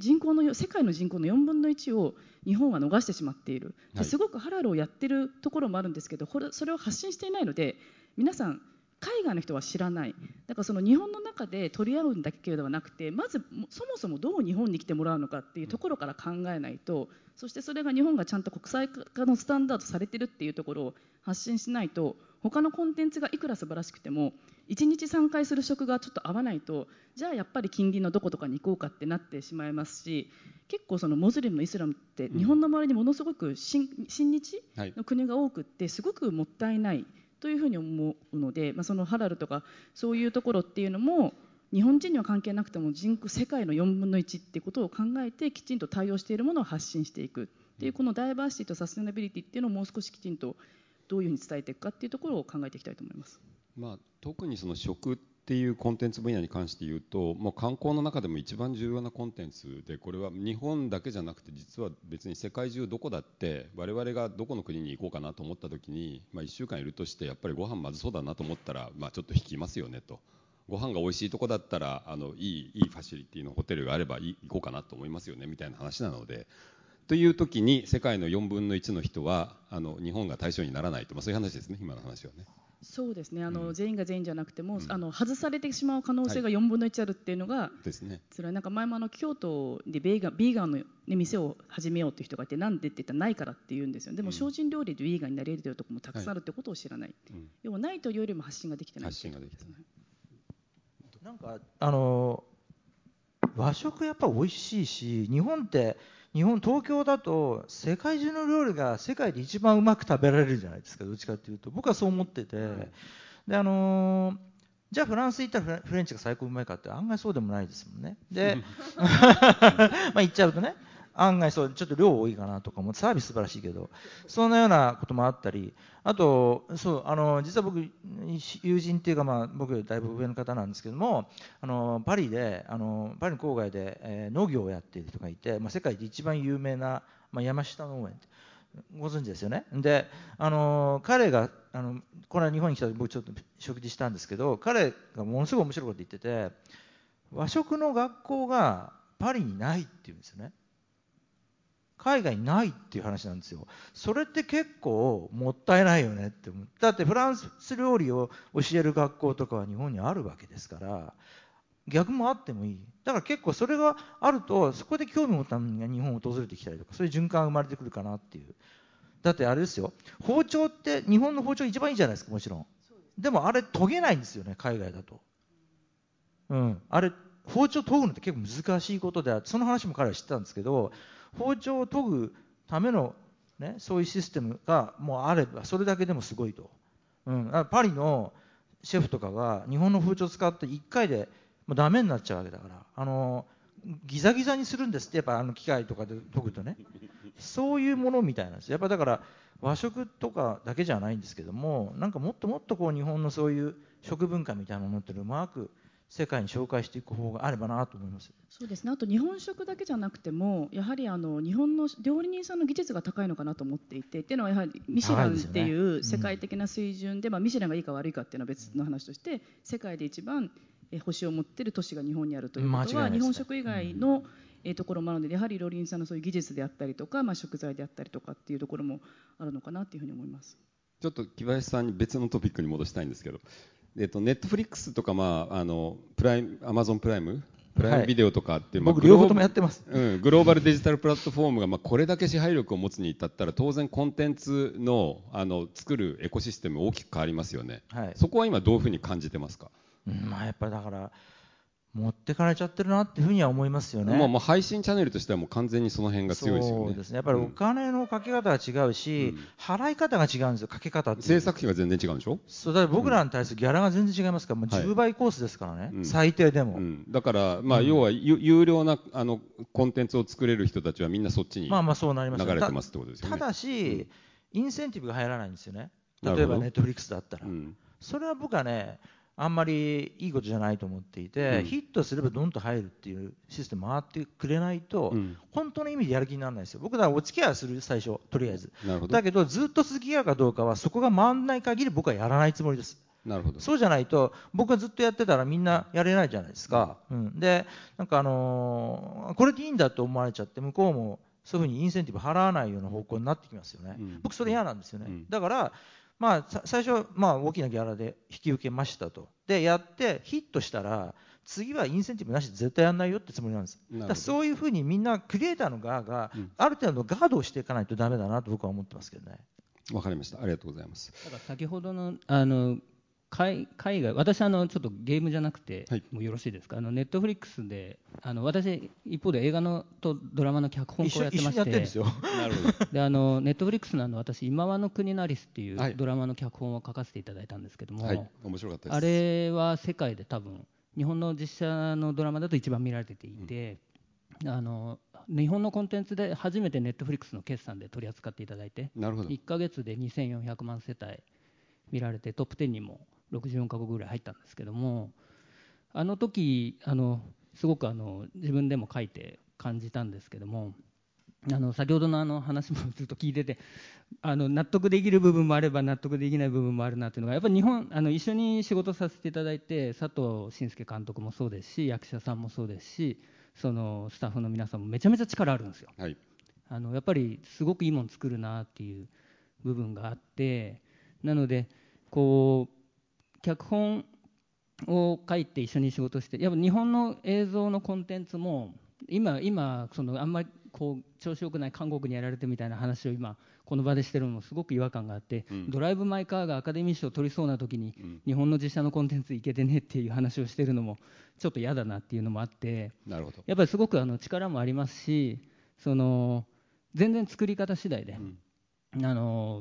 1、世界の人口の4分の1を日本は逃してしまっている。ですごくハラルをやってるところもあるんですけど、それを発信していないので皆さん海外の人は知らない。だからその日本の中で取り合うんだけではなくて、まずそもそもどう日本に来てもらうのかっていうところから考えないと、そしてそれが日本がちゃんと国際化のスタンダードされてるっていうところを発信しないと、他のコンテンツがいくら素晴らしくても1日3回する食がちょっと合わないと、じゃあやっぱり近隣のどことかに行こうかってなってしまいますし、結構そのモスリムのイスラムって日本の周りにものすごく親日の国が多くってすごくもったいないというふうに思うので、そのハラルとかそういうところっていうのも日本人には関係なくても世界の4分の1っていうことを考えてきちんと対応しているものを発信していくっていう、このダイバーシティとサステナビリティっていうのをもう少しきちんとどういうふうに伝えていくかっていうところを考えていきたいと思います。 特にその食っていうコンテンツ分野に関して言うと、もう観光の中でも一番重要なコンテンツで、これは日本だけじゃなくて実は別に世界中どこだって我々がどこの国に行こうかなと思った時に、1週間いるとしてやっぱりご飯まずそうだなと思ったら、ちょっと引きますよねと。ご飯が美味しいとこだったらいいファシリティのホテルがあれば行こうかなと思いますよねみたいな話なので、という時に世界の4分の1の人は日本が対象にならないと、そういう話ですね、今の話はね。 そうですね、全員が全員じゃなくても、外されてしまう可能性が4分の1あるっていうのが、 ですね。 それはなんか前も京都でビーガンの、店を始めようっていう人がいて、なんでって言ったらないからって言うんですよ。でも精進料理でビーガンになれるところもたくさんあるってことを知らない。要はないというよりも発信ができてない。 なんか和食やっぱ美味しいし、東京だと世界中の料理が世界で一番うまく食べられるじゃないですか、どっちかっていうと僕はそう思ってて、 でじゃあフランス行ったらフレンチが最高うまいかって案外そうでもないですもんね。でまあ言っちゃうとね、案外そうちょっと量多いかなとかも、サービス素晴らしいけど、そんなようなこともあったり、あとそう実は僕友人っていうか、まあ僕よりだいぶ上の方なんですけども、パリでパリの郊外で、農業をやっている人がいて、まあ、世界で一番有名な、まあ、山下農園ってご存知ですよね。で彼がこの間日本に来た時僕ちょっと食事したんですけど、彼がものすごい面白いこと言ってて、和食の学校がパリにないっていうんですよね。海外にないっていう話なんですよ。それって結構もったいないよねって思う。だってフランス料理を教える学校とかは日本にあるわけですから、逆もあってもいい。だから結構それがあると、そこで興味を持ったのが日本を訪れてきたりとか、そういう循環が生まれてくるかなっていう。だってあれですよ、包丁って日本の包丁一番いいじゃないですか、もちろん。でもあれ研げないんですよね、海外だと。あれ包丁研ぐのって結構難しいことであって、その話も彼は知ってたんですけど、包丁を研ぐための、ね、そういうシステムがもうあればそれだけでもすごいと。パリのシェフとかが日本の包丁を使って1回でもうダメになっちゃうわけだから、ギザギザにするんですって、やっぱ機械とかで研ぐとね、そういうものみたいなんですよ。やっぱだから和食とかだけじゃないんですけども、なんかもっともっとこう日本のそういう食文化みたいなものってうまく世界に紹介していく方があればなと思います。 そうですね。あと日本食だけじゃなくても、やはり日本の料理人さんの技術が高いのかなと思っていて、っていうのはやはりミシュランっていう世界的な水準で、まあ、ミシュランがいいか悪いかっていうのは別の話として、世界で一番星を持っている都市が日本にあるということは、日本食以外のところもあるので、やはり料理人さんのそういう技術であったりとか、まあ、食材であったりとかっていうところもあるのかなというふうに思います。 ちょっと木林さんに別のトピックに戻したいんですけど、ネットフリックスとか、まあ、アマゾンプライムビデオとかっていう、 僕両方ともやってます、 グローバルデジタルプラットフォームが、まあ、これだけ支配力を持つに至ったら、当然コンテンツの作るエコシステム大きく変わりますよね。そこは今どういうふうに感じてますか？ まあ、やっぱりだから持ってかれちゃってるなっていうふうには思いますよね。 もう配信チャンネルとしてはもう完全にその辺が強いですよね。 そうですね。やっぱりお金のかけ方が違うし、払い方が違うんですよ、かけ方って。 制作費が全然違うんでしょ？ そうだから僕らに対するギャラが全然違いますから、もう10倍コースですからね、最低でも。 だから、まあ要は有料なコンテンツを作れる人たちはみんなそっちに流れてますってことですよね。 ただし、インセンティブが入らないんですよね。例えばネットフリックスだったら。それは僕はね、あんまりいいことじゃないと思っていて、ヒットすればどんと入るっていうシステム回ってくれないと、本当の意味でやる気にならないですよ。僕だからお付き合いはする、最初とりあえず。だけどずっと続き合うかどうかはそこが回らない限り僕はやらないつもりです。 なるほど。 そうじゃないと僕がずっとやってたらみんなやれないじゃないですか。でなんかこれでいいんだと思われちゃって向こうもそういうふうにインセンティブ払わないような方向になってきますよね。僕それ嫌なんですよね。だからまあ、最初はまあ大きなギャラで引き受けましたと。でやってヒットしたら次はインセンティブなしで絶対やらないよってつもりなんです。だからそういうふうにみんなクリエイターの側がある程度ガードをしていかないとダメだなと僕は思ってますけどね。 わかりました。ありがとうございます。 だから先ほどの海外、私ちょっとゲームじゃなくて、もうよろしいですか？ネットフリックスで私一方で映画のとドラマの脚本家をやってまして、 やってるんですよ。 なるほど。でネットフリックスの私今和の国なりすっていうドラマの脚本を書かせていただいたんですけども、 面白かったです。 あれは世界で多分日本の実写のドラマだと一番見られていて、日本のコンテンツで初めてネットフリックスの決算で取り扱っていただいて、1ヶ月で2400万世帯見られてトップ10にも64カ国ぐらい入ったんですけども、あの時すごく自分でも書いて感じたんですけども、先ほどの話もずっと聞いてて納得できる部分もあれば納得できない部分もあるなっていうのがやっぱり日本一緒に仕事させていただいて、佐藤慎介監督もそうですし役者さんもそうですしそのスタッフの皆さんもめちゃめちゃ力あるんですよ。やっぱりすごくいいもの作るなっていう部分があって、なのでこう脚本を書いて一緒に仕事して、やっぱ日本の映像のコンテンツも今あんまりこう調子よくない韓国にやられてみたいな話を今この場でしてるのもすごく違和感があって、ドライブ・マイ・カーがアカデミー賞を取りそうな時に、日本の実写のコンテンツいけてねっていう話をしてるのもちょっと嫌だなっていうのもあって、やっぱりすごく力もありますし、全然作り方次第で、い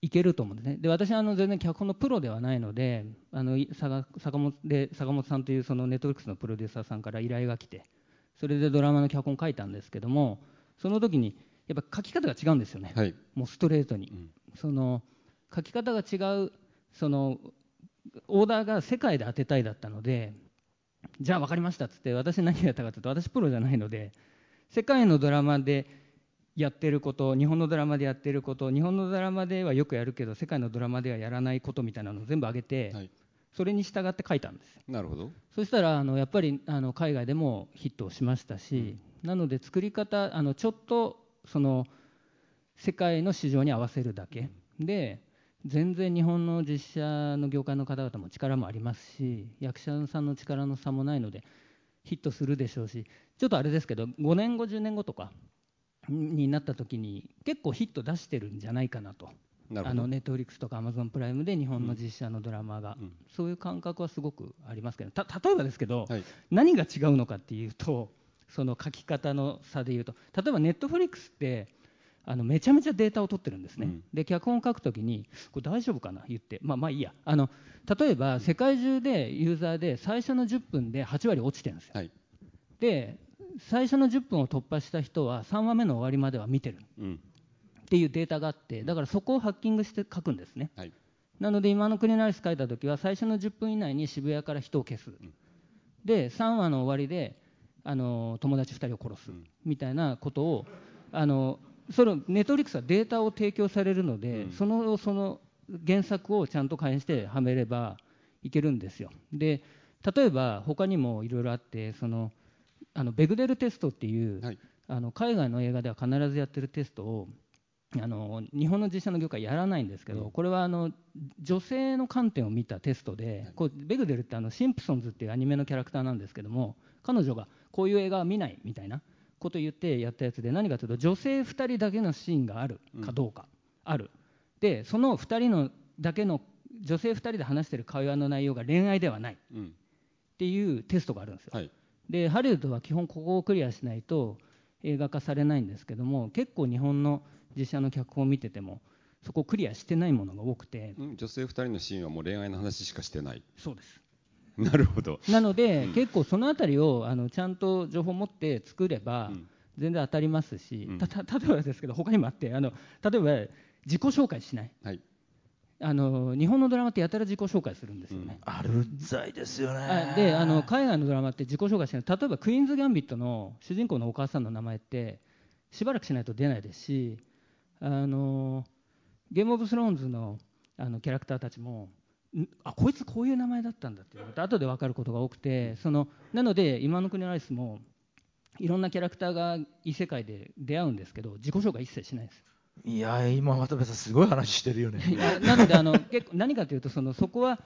いけると思うんですね。で、私は全然脚本のプロではないので、坂本さんというそのネットフリックスのプロデューサーさんから依頼が来て、それでドラマの脚本書いたんですけども、その時にやっぱ書き方が違うんですよね、 はい、 もうストレートに、その書き方が違う、そのオーダーが世界で当てたいだったので、じゃあ分かりましたっつって、私何やったかというと、私プロじゃないので、世界のドラマでやってること、日本のドラマでやってること、日本のドラマではよくやるけど世界のドラマではやらないことみたいなのを全部挙げて、 はい、 それに従って書いたんですよ。 なるほど。 そしたらやっぱり海外でもヒットをしましたし、なので作り方ちょっとその世界の市場に合わせるだけで、全然日本の実写の業界の方々も力もありますし、役者さんの力の差もないのでヒットするでしょうし、ちょっとあれですけど、5年後10年後とかになった時に結構ヒット出してるんじゃないかなと。ネットフリックスとかアマゾンプライムで日本の実写のドラマが、そういう感覚はすごくありますけど、例えばですけど、はい、何が違うのかっていうと、その書き方の差でいうと、例えばネットフリックスってめちゃめちゃデータを取ってるんですね、で脚本を書くときにこれ大丈夫かな言って、まあいいや、例えば世界中でユーザーで最初の10分で8割落ちてるんですよ、はい、で最初の10分を突破した人は3話目の終わりまでは見てる、っていうデータがあって、だからそこをハッキングして書くんですね、はい、なので今の国のアリス書いたときは最初の10分以内に渋谷から人を消す、で3話の終わりで友達2人を殺すみたいなことをそのネットフリックスはデータを提供されるので、その原作をちゃんと改変してはめればいけるんですよ。で例えば他にもいろいろあって、ベグデルテストっていう、はい、海外の映画では必ずやってるテストを日本の実写の業界やらないんですけど、これは女性の観点を見たテストで、こうベグデルってシンプソンズっていうアニメのキャラクターなんですけども、彼女がこういう映画は見ないみたいなことを言ってやったやつで、何かというと女性2人だけのシーンがあるかどうか、あるで、その2人のだけの女性2人で話している会話の内容が恋愛ではないっていうテストがあるんですよ、はい、でハリウッドは基本ここをクリアしないと映画化されないんですけども、結構日本の実写の脚本を見ててもそこをクリアしてないものが多くて、 女性2人のシーンはもう恋愛の話しかしてない。 そうです。 なるほど。 なので、結構そのあたりをちゃんと情報を持って作れば全然当たりますし、例えばですけど他にもあって、例えば自己紹介しない、はい、日本のドラマってやたら自己紹介するんですよね、 あるうざいですよね。 で海外のドラマって自己紹介しない。例えばクイーンズ・ギャンビットの主人公のお母さんの名前ってしばらくしないと出ないですし、ゲームオブスローンズのキャラクターたちもこいつこういう名前だったんだっていうこと後で分かることが多くて、なので今の国のアリスもいろんなキャラクターが異世界で出会うんですけど、自己紹介一切しないです。 いや今渡辺さんすごい話してるよね。 なので結構何かというとそこは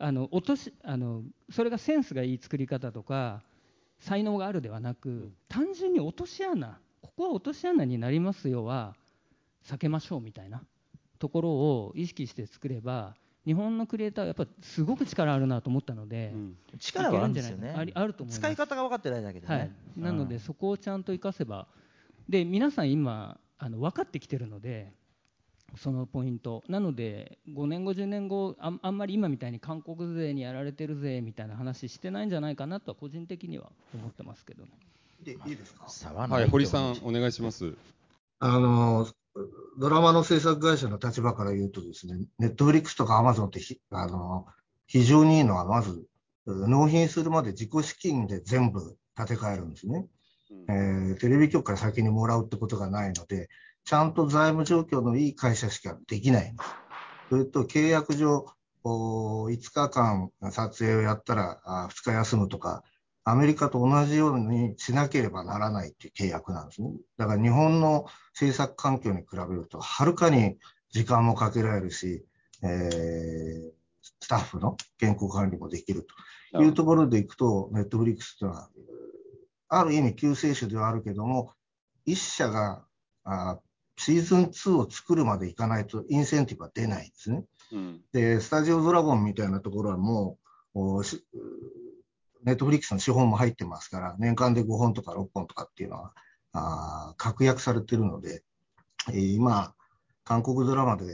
それがセンスがいい作り方とか才能があるではなく、単純に落とし穴、ここは落とし穴になりますよは避けましょうみたいなところを意識して作れば、日本のクリエイターはやっぱすごく力あるなと思ったので、 力はあるんですよね。 あると思います。 使い方が分かってないだけでね、はい、 なのでそこをちゃんと生かせば、で皆さん今分かってきてるので、そのポイントなので5年後10年後あんまり今みたいに韓国勢にやられてるぜみたいな話してないんじゃないかなとは個人的には思ってますけどね。 いいですか。 はい、堀さんお願いします。 ドラマの制作会社の立場から言うとですね、ネットフリックスとかアマゾンって非常にいいのは、まず納品するまで自己資金で全部立て替えるんですね。テレビ局から先にもらうってことがないので、ちゃんと財務状況のいい会社しかできないんです。それと契約上5日間撮影をやったら2日休むとか、アメリカと同じようにしなければならないっていう契約なんですね。だから日本の制作環境に比べるとはるかに時間もかけられるし、スタッフの健康管理もできるというところでいくと、ネットフリックスというのはある意味救世主ではあるけども、一社がシーズン2を作るまでいかないとインセンティブは出ないんですね。でスタジオドラゴンみたいなところはもうネットフリックスの資本も入ってますから、年間で5本とか6本とかっていうのは確約されているので、今韓国ドラマで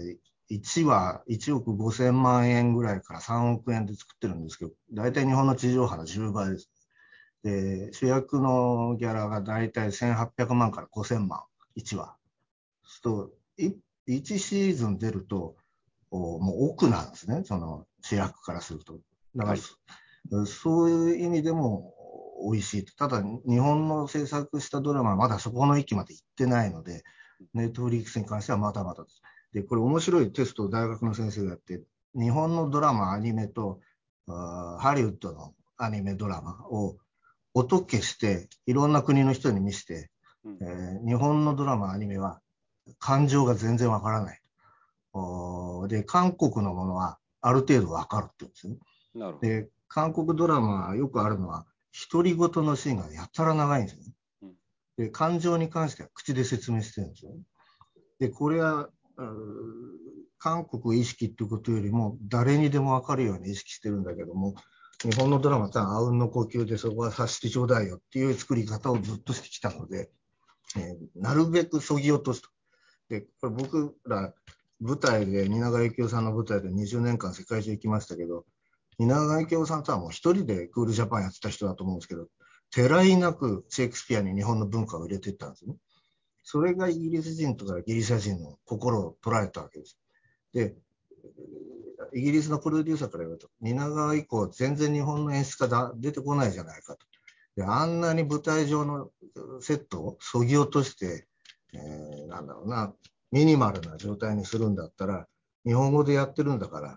1話1億5000万円ぐらいから3億円で作ってるんですけど、大体日本の地上波の10倍です。で、主役のギャラが大体1800万から5000万、1話。そうすると、1シーズン出ると、もう億なんですね、その主役からすると。だから、そういう意味でも美味しい。ただ、日本の制作したドラマはまだそこの域まで行ってないので、ネットフリックスに関してはまだまだです。で、これ面白いテストを大学の先生がやって、日本のドラマ、アニメと、ハリウッドのアニメドラマを音消して、いろんな国の人に見せて、日本のドラマ、アニメは感情が全然わからない。で、韓国のものはある程度わかるって言うんですよ。 なるほど。 で、韓国ドラマよくあるのは、独り言のシーンがやたら長いんですよね。で、感情に関しては口で説明してるんですよ。で、これは、韓国意識っていうことよりも、誰にでもわかるように意識してるんだけども、日本のドラマってあうんの呼吸でそこは察してちょうだいよっていう作り方をずっとしてきたので、なるべくそぎ落とすと。で、これ僕ら舞台で、蜷川幸雄さんの舞台で20年間世界中行きましたけど、蜷川幸雄さんとはもう一人でクールジャパンやってた人だと思うんですけど、てらいなくシェイクスピアに日本の文化を入れていったんですね。それがイギリス人とかギリシャ人の心を捉えたわけです。で、イギリスのプロデューサーから言うと、蜷川以降全然日本の演出家出てこないじゃないかと。で、あんなに舞台上のセットをそぎ落として、なんだろうな、ミニマルな状態にするんだったら、日本語でやってるんだから、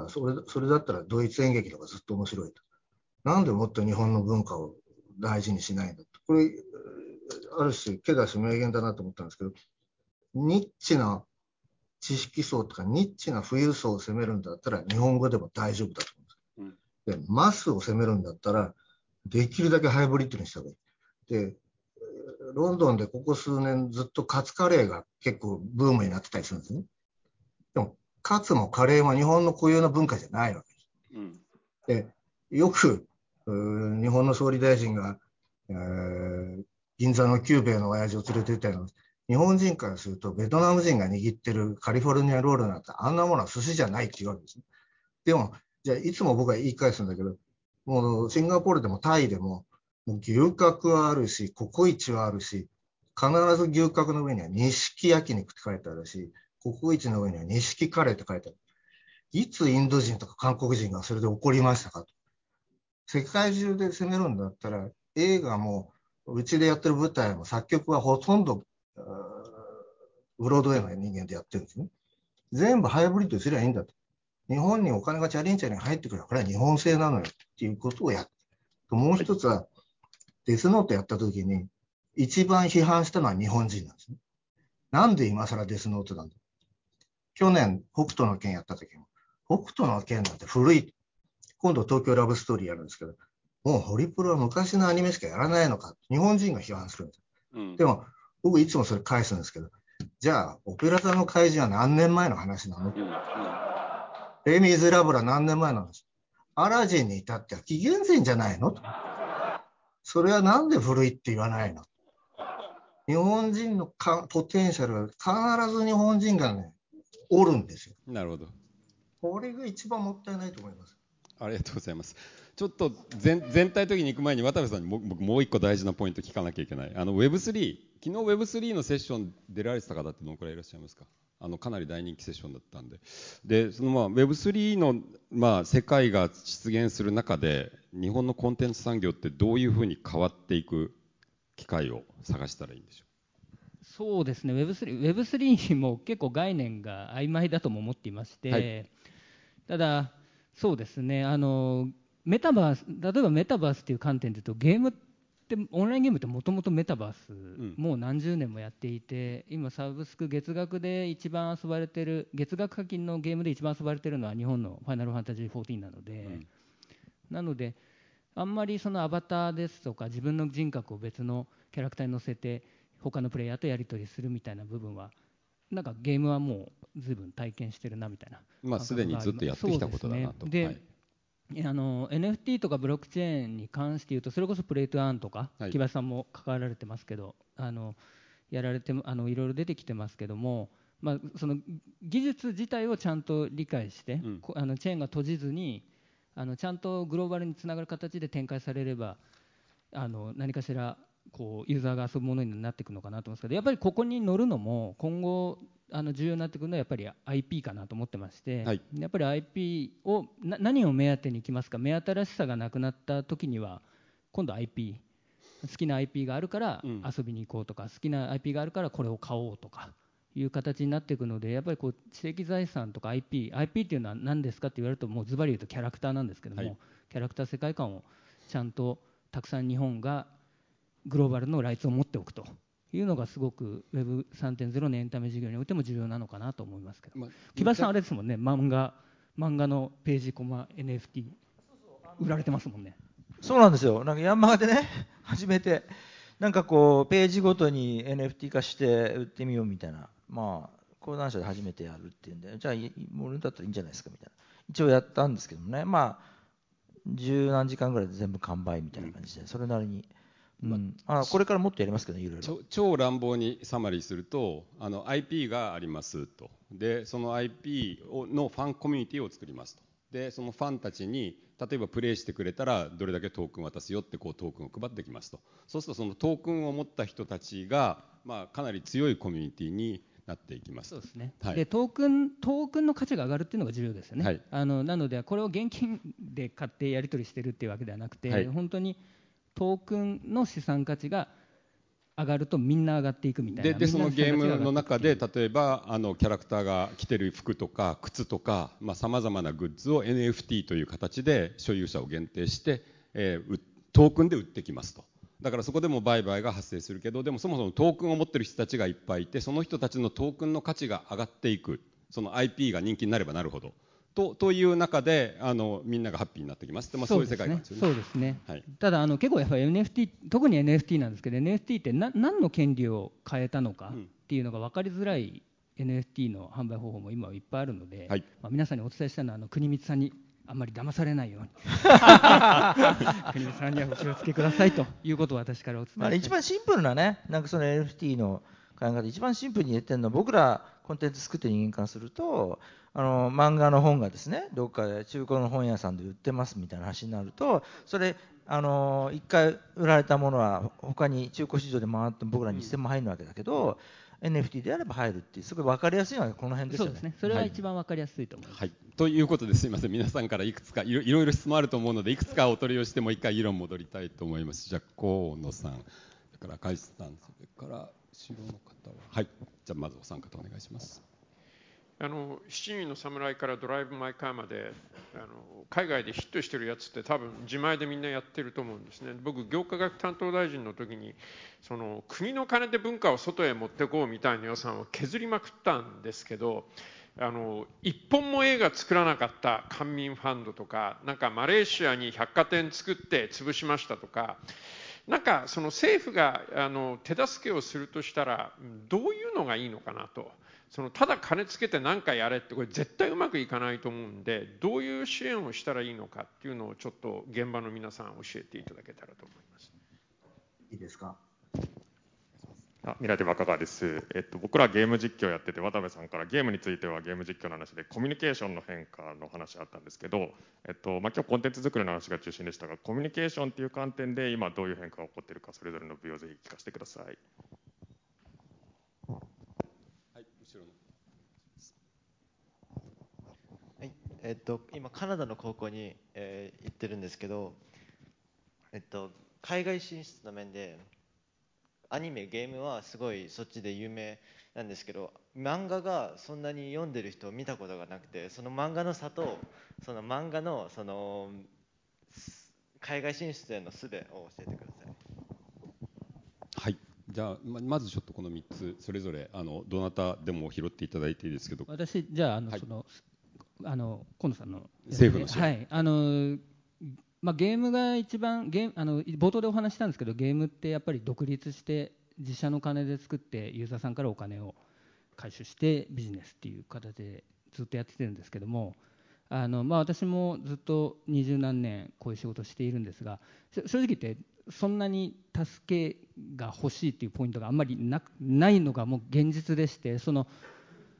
それだったらドイツ演劇とかずっと面白いと。なんでもっと日本の文化を大事にしないんだと。これ、ある種、毛だし名言だなと思ったんですけど、ニッチな知識層とかニッチな富裕層を攻めるんだったら日本語でも大丈夫だと思うんです。で、マスを攻めるんだったらできるだけハイブリッドにした方がいい。で、ロンドンでここ数年ずっとカツカレーが結構ブームになってたりするんですね。でも、カツもカレーも日本の固有の文化じゃないわけです。で、よく日本の総理大臣が、銀座のキューベイの親父を連れて行ったような、日本人からするとベトナム人が握ってるカリフォルニアロールなんてあんなものは寿司じゃないって言うわけです。でも、じゃあいつも僕は言い返すんだけど、もうシンガポールでもタイでも、もう牛角はあるし、ココイチはあるし、必ず牛角の上には錦焼肉って書いてあるし、ココイチの上には錦カレーって書いてある。いつインド人とか韓国人がそれで怒りましたかと。世界中で攻めるんだったら、映画もうちでやってる舞台も作曲はほとんどブロードウェイの人間でやってるんですね。全部ハイブリッドにすればいいんだと。日本にお金がチャリンチャリン入ってくるから、これは日本製なのよっていうことをやって。もう一つは、デスノートやった時に、一番批判したのは日本人なんですね。なんで今更デスノートなんだ。去年、北斗の拳やった時も、北斗の拳なんて古い。今度東京ラブストーリーやるんですけど、もうホリプロは昔のアニメしかやらないのか。日本人が批判するんです。でも、僕いつもそれ返すんですけど、じゃあ、オペラ座の怪人は何年前の話なの？レ・ミゼラブルは何年前の話？アラジンに至っては紀元前じゃないのと。それはなんで古いって言わないの？日本人のポテンシャルは必ず日本人がね、おるんですよ。 なるほど。 これが一番もったいないと思います。 ありがとうございます。ちょっと全体的に行く前に渡部さんに僕もう一個大事なポイント聞かなきゃいけない。Web3、昨日 Web3 のセッション出られてた方ってどのくらいいらっしゃいますか？かなり大人気セッションだったんで。で、そのWeb3 の世界が出現する中で、日本のコンテンツ産業ってどういうふうに変わっていく機会を探したらいいんでしょう？ そうですね、Web3 も結構概念が曖昧だとも思っていまして、はい、ただ、そうですね、メタバース、例えばメタバースっていう観点で言うと、ゲームって、オンラインゲームってもともとメタバース、もう何十年もやっていて、今、サブスク、月額で一番遊ばれてる、月額課金のゲームで一番遊ばれてるのは日本のファイナルファンタジー14なので、あんまりそのアバターですとか、自分の人格を別のキャラクターに乗せて、他のプレイヤーとやり取りするみたいな部分は、なんかゲームはもう随分体験してるなみたいな。 すでにずっとやってきたことだなと。 で、NFT とかブロックチェーンに関して言うと、それこそプレイトゥアーンとか、木橋さんも関わられてますけど、やられていろいろ出てきてますけども、 その技術自体をちゃんと理解して、チェーンが閉じずにちゃんとグローバルにつながる形で展開されれば何かしらこうユーザーが遊ぶものになっていくのかなと思うんですけど、やっぱりここに乗るのも今後重要になってくるのはやっぱり IP かなと思ってまして、 はい、 やっぱり IP を何を目当てにいきますか。目新しさがなくなった時には今度 IP、 好きな IP があるから遊びに行こうとか、好きな IP があるからこれを買おうとかいう形になっていくので、やっぱりこう知的財産とか IP っていうのは何ですかって言われると、もうズバリ言うとキャラクターなんですけども、はい、キャラクター世界観をちゃんとたくさん日本がグローバルのライツを持っておくというのがすごく Web3.0 のエンタメ事業においても重要なのかなと思いますけど、木橋さんあれですもんね、漫画のページコマ NFT 売られてますもんね。 そうなんですよ。なんかヤンマガでね初めてなんかこうページごとに NFT 化して売ってみようみたいな、講談社で初めてやるっていうんで、じゃあもうだったらいいんじゃないですかみたいな、一応やったんですけどもね、十何時間ぐらいで全部完売みたいな感じで、それなりに、これからもっとやりますけどね、いろいろ。 超乱暴にサマリーするとIP がありますと。でその IP のファンコミュニティを作りますと。でそのファンたちに例えばプレイしてくれたらどれだけトークン渡すよってこうトークンを配ってきますと。そうするとそのトークンを持った人たちが、かなり強いコミュニティになっていきます。 そうですね、 はい、 でトークンの価値が上がるっていうのが重要ですよね、 はい、 なのでこれを現金で買ってやり取りしてるっていうわけではなくて、はい、本当にトークンの資産価値が上がるとみんな上がっていくみたいな。 でそのゲームの中で例えばキャラクターが着てる服とか靴とかさまざまなグッズを NFT という形で所有者を限定して、トークンで売ってきますと。だからそこでも売買が発生するけど、でもそもそもトークンを持ってる人たちがいっぱいいて、その人たちのトークンの価値が上がっていく、その IP が人気になればなるほどという中でみんながハッピーになってきますって、そういう世界観ですよね。 そうですね、 はい、 ただ結構やっぱり NFT、 特に NFT なんですけど、 NFT って何の権利を変えたのかっていうのが分かりづらい NFT の販売方法も今はいっぱいあるので、はい、皆さんにお伝えしたいのは国光さんにあんまり騙されないように国光さんにはお気をつけくださいということを私からお伝えしたい。 一番シンプルなね、なんかその NFT の考え方、一番シンプルに言ってるのは、僕らコンテンツ作ってる人間からすると、漫画の本がですね、どっかで中古の本屋さんで売ってますみたいな話になると、それ一回売られたものは他に中古市場で回って僕らに1000万入るわけだけど、NFT であれば入るっていう、すごい分かりやすいのがこの辺ですよね。 そうですね、それは一番分かりやすいと思います。 はい、ということですいません、皆さんからいくつかいろいろ質問あると思うので、いくつかお取り寄せしてもう一回議論戻りたいと思います。じゃあ河野さん、それから海さん、それから後ろの方は、はい、じゃあまずお三方お願いします。 7人の侍からドライブ・マイ・カーまで海外でヒットしてるやつって多分自前でみんなやってると思うんですね。僕業界学担当大臣の時にその国の金で文化を外へ持ってこうみたいな予算を削りまくったんですけど、一本も映画作らなかった官民ファンドとか、なんかマレーシアに百貨店作って潰しましたとか、なんかその政府が手助けをするとしたらどういうのがいいのかなと。ただ金つけて何かやれってこれ絶対うまくいかないと思うんで、どういう支援をしたらいいのかっていうのをちょっと現場の皆さん教えていただけたらと思います。 いいですか。 未来で若川です。僕らゲーム実況やってて、渡部さんからゲームについてはゲーム実況の話でコミュニケーションの変化の話あったんですけど、今日コンテンツ作りの話が中心でしたが、コミュニケーションっていう観点で今どういう変化が起こっているか、それぞれのビューをぜひ聞かせてください。 今カナダの高校に、行ってるんですけど、海外進出の面でアニメゲームはすごいそっちで有名なんですけど、漫画がそんなに読んでる人を見たことがなくて、その漫画の差とその漫画のその海外進出への術を教えてください。 はい、じゃあまずちょっとこの3つそれぞれどなたでも拾っていただいていいですけど、 私じゃあはい、 河野さんの政府の支援、 はい、ゲームが一番冒頭でお話したんですけど、ゲームってやっぱり独立して自社の金で作ってユーザーさんからお金を回収してビジネスっていう形でずっとやってきてるんですけども、私もずっと20何年こういう仕事をしているんですが、正直言ってそんなに助けが欲しいっていうポイントがあんまりないのがもう現実でして、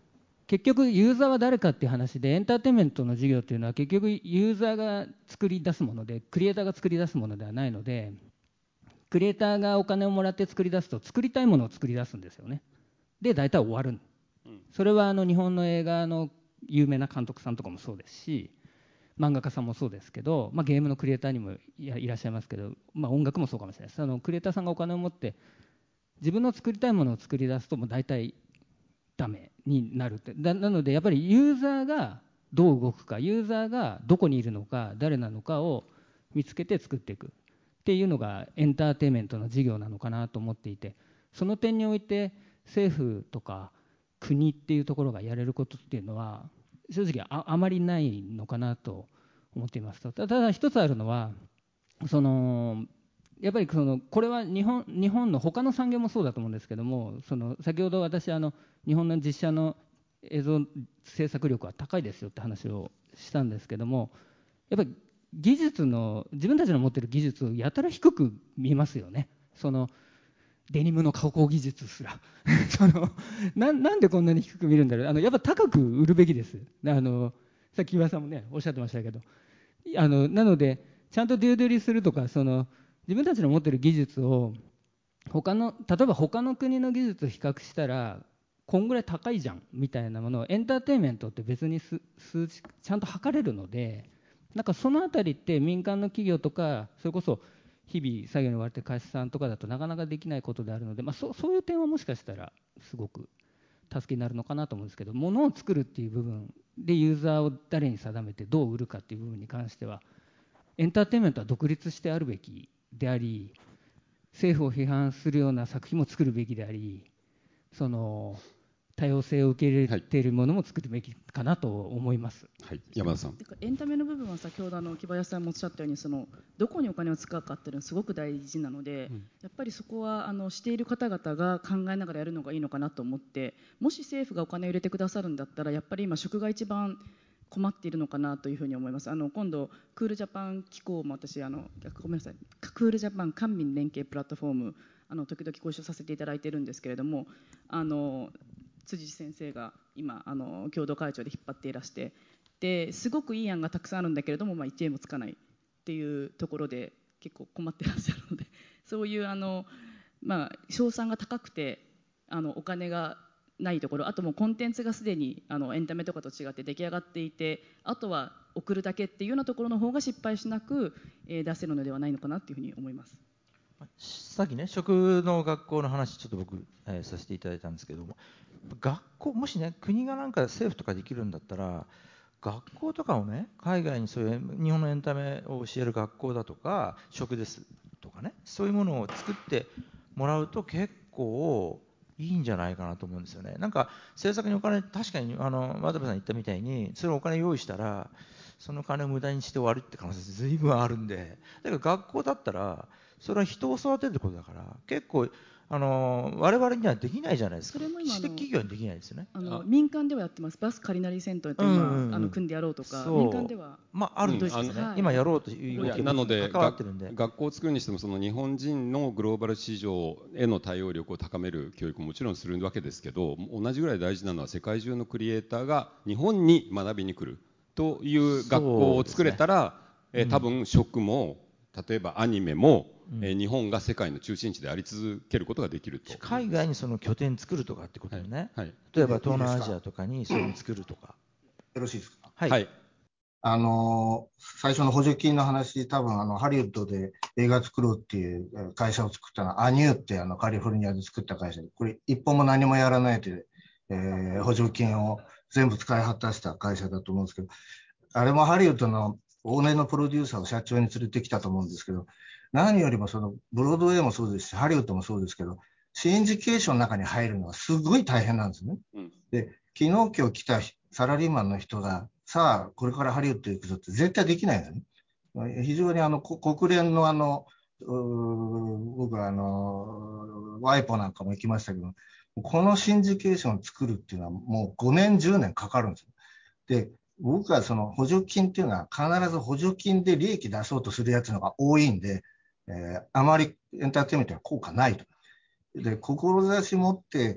結局ユーザーは誰かっていう話で、エンターテインメントの事業っていうのは結局ユーザーが作り出すもので、クリエイターが作り出すものではないので、クリエイターがお金をもらって作り出すと、作りたいものを作り出すんですよね。で大体終わる。それは日本の映画の有名な監督さんとかもそうですし、漫画家さんもそうですけど、ゲームのクリエイターにもいらっしゃいますけど、音楽もそうかもしれないです。クリエイターさんがお金を持って自分の作りたいものを作り出すと、もう大体ダメになるって。なのでやっぱりユーザーがどう動くか、ユーザーがどこにいるのか、誰なのかを見つけて作っていくっていうのがエンターテインメントの事業なのかなと思っていて、その点において政府とか国っていうところがやれることっていうのは正直あまりないのかなと思っていますと。ただ一つあるのは、やっぱりこれは日本の他の産業もそうだと思うんですけども、先ほど私日本の実写の映像制作力は高いですよって話をしたんですけども、やっぱり技術の自分たちの持っている技術をやたら低く見ますよね。デニムの加工技術すらなんでこんなに低く見るんだろう。やっぱ高く売るべきです。さっき岩井さんもねおっしゃってましたけど、なのでちゃんとデューデリするとか、自分たちの持っている技術を例えば他の国の技術と比較したらこんぐらい高いじゃんみたいなものをエンターテインメントって別に数値ちゃんと測れるので、なんかそのあたりって民間の企業とか、それこそ日々作業に追われている会社さんとかだとなかなかできないことであるので、そういう点はもしかしたらすごく助けになるのかなと思うんですけど、物を作るっていう部分でユーザーを誰に定めてどう売るかっていう部分に関しては、エンターテインメントは独立してあるべきであり、政府を批判するような作品も作るべきであり、多様性を受け入れているものも作るべきかなと思います。 はい、山田さん。 エンタメの部分は先ほど木林さんもおっしゃったように、どこにお金を使うかっていうのはすごく大事なので、やっぱりそこはしている方々が考えながらやるのがいいのかなと思って、もし政府がお金を入れてくださるんだったら、やっぱり今食が一番困っているのかなというふうに思います。今度クールジャパン機構も私ごめんなさい、クールジャパン官民連携プラットフォーム時々ご一緒させていただいているんですけれども、辻先生が今共同会長で引っ張っていらして、ですごくいい案がたくさんあるんだけれども、1円もつかないっていうところで結構困ってらっしゃるので、そういう賞賛が高くてお金がないところ、あともうコンテンツがすでにエンタメとかと違って出来上がっていて、あとは送るだけっていうようなところの方が失敗しなく出せるのではないのかなというふうに思います。 さっきね、食の学校の話ちょっと僕、させていただいたんですけども、学校もしね国がなんか政府とかできるんだったら、学校とかをね海外にそういう日本のエンタメを教える学校だとか食ですとかね、そういうものを作ってもらうと結構いいんじゃないかなと思うんですよね。なんか政策にお金、確かに渡部さん言ったみたいにそれをお金用意したらその金を無駄にして終わるって可能性随分あるんで、だから学校だったらそれは人を育てることだから結構我々にはできないじゃないですか。 それも知的企業にできないですよね。 民間ではやってます。バスカリナリーセンターって組んでやろうとか、民間ではあるんですよね。今やろうという動きなので関わってるんで、 学校を作るにしても日本人のグローバル市場への対応力を高める教育ももちろんするわけですけど、同じぐらい大事なのは世界中のクリエイターが日本に学びに来るという学校を作れたら、多分食も例えばアニメも、日本が世界の中心地であり続けることができると。 海外にその拠点作るとかってことね、例えば東南アジアとかにそういうの作るとか。 よろしいですか。 はい、 最初の補助金の話、多分ハリウッドで映画作ろうっていう会社を作ったのはアニューってカリフォルニアで作った会社で、これ一本も何もやらないで、補助金を全部使い果たした会社だと思うんですけど、あれもハリウッドの往年のプロデューサーを社長に連れてきたと思うんですけど、何よりもブロードウェイもそうですし、ハリウッドもそうですけど、シンジケーションの中に入るのはすごい大変なんですね。で、昨日今日来たサラリーマンの人が、さあ、これからハリウッド行くぞって絶対できないのね。非常に国連の僕はワイポなんかも行きましたけど、このシンジケーションを作るっていうのはもう5年、10年かかるんですよ。で、僕はその補助金っていうのは必ず補助金で利益出そうとするやつのが多いんで、あまりエンターテインメントは効果ないと。で、志持って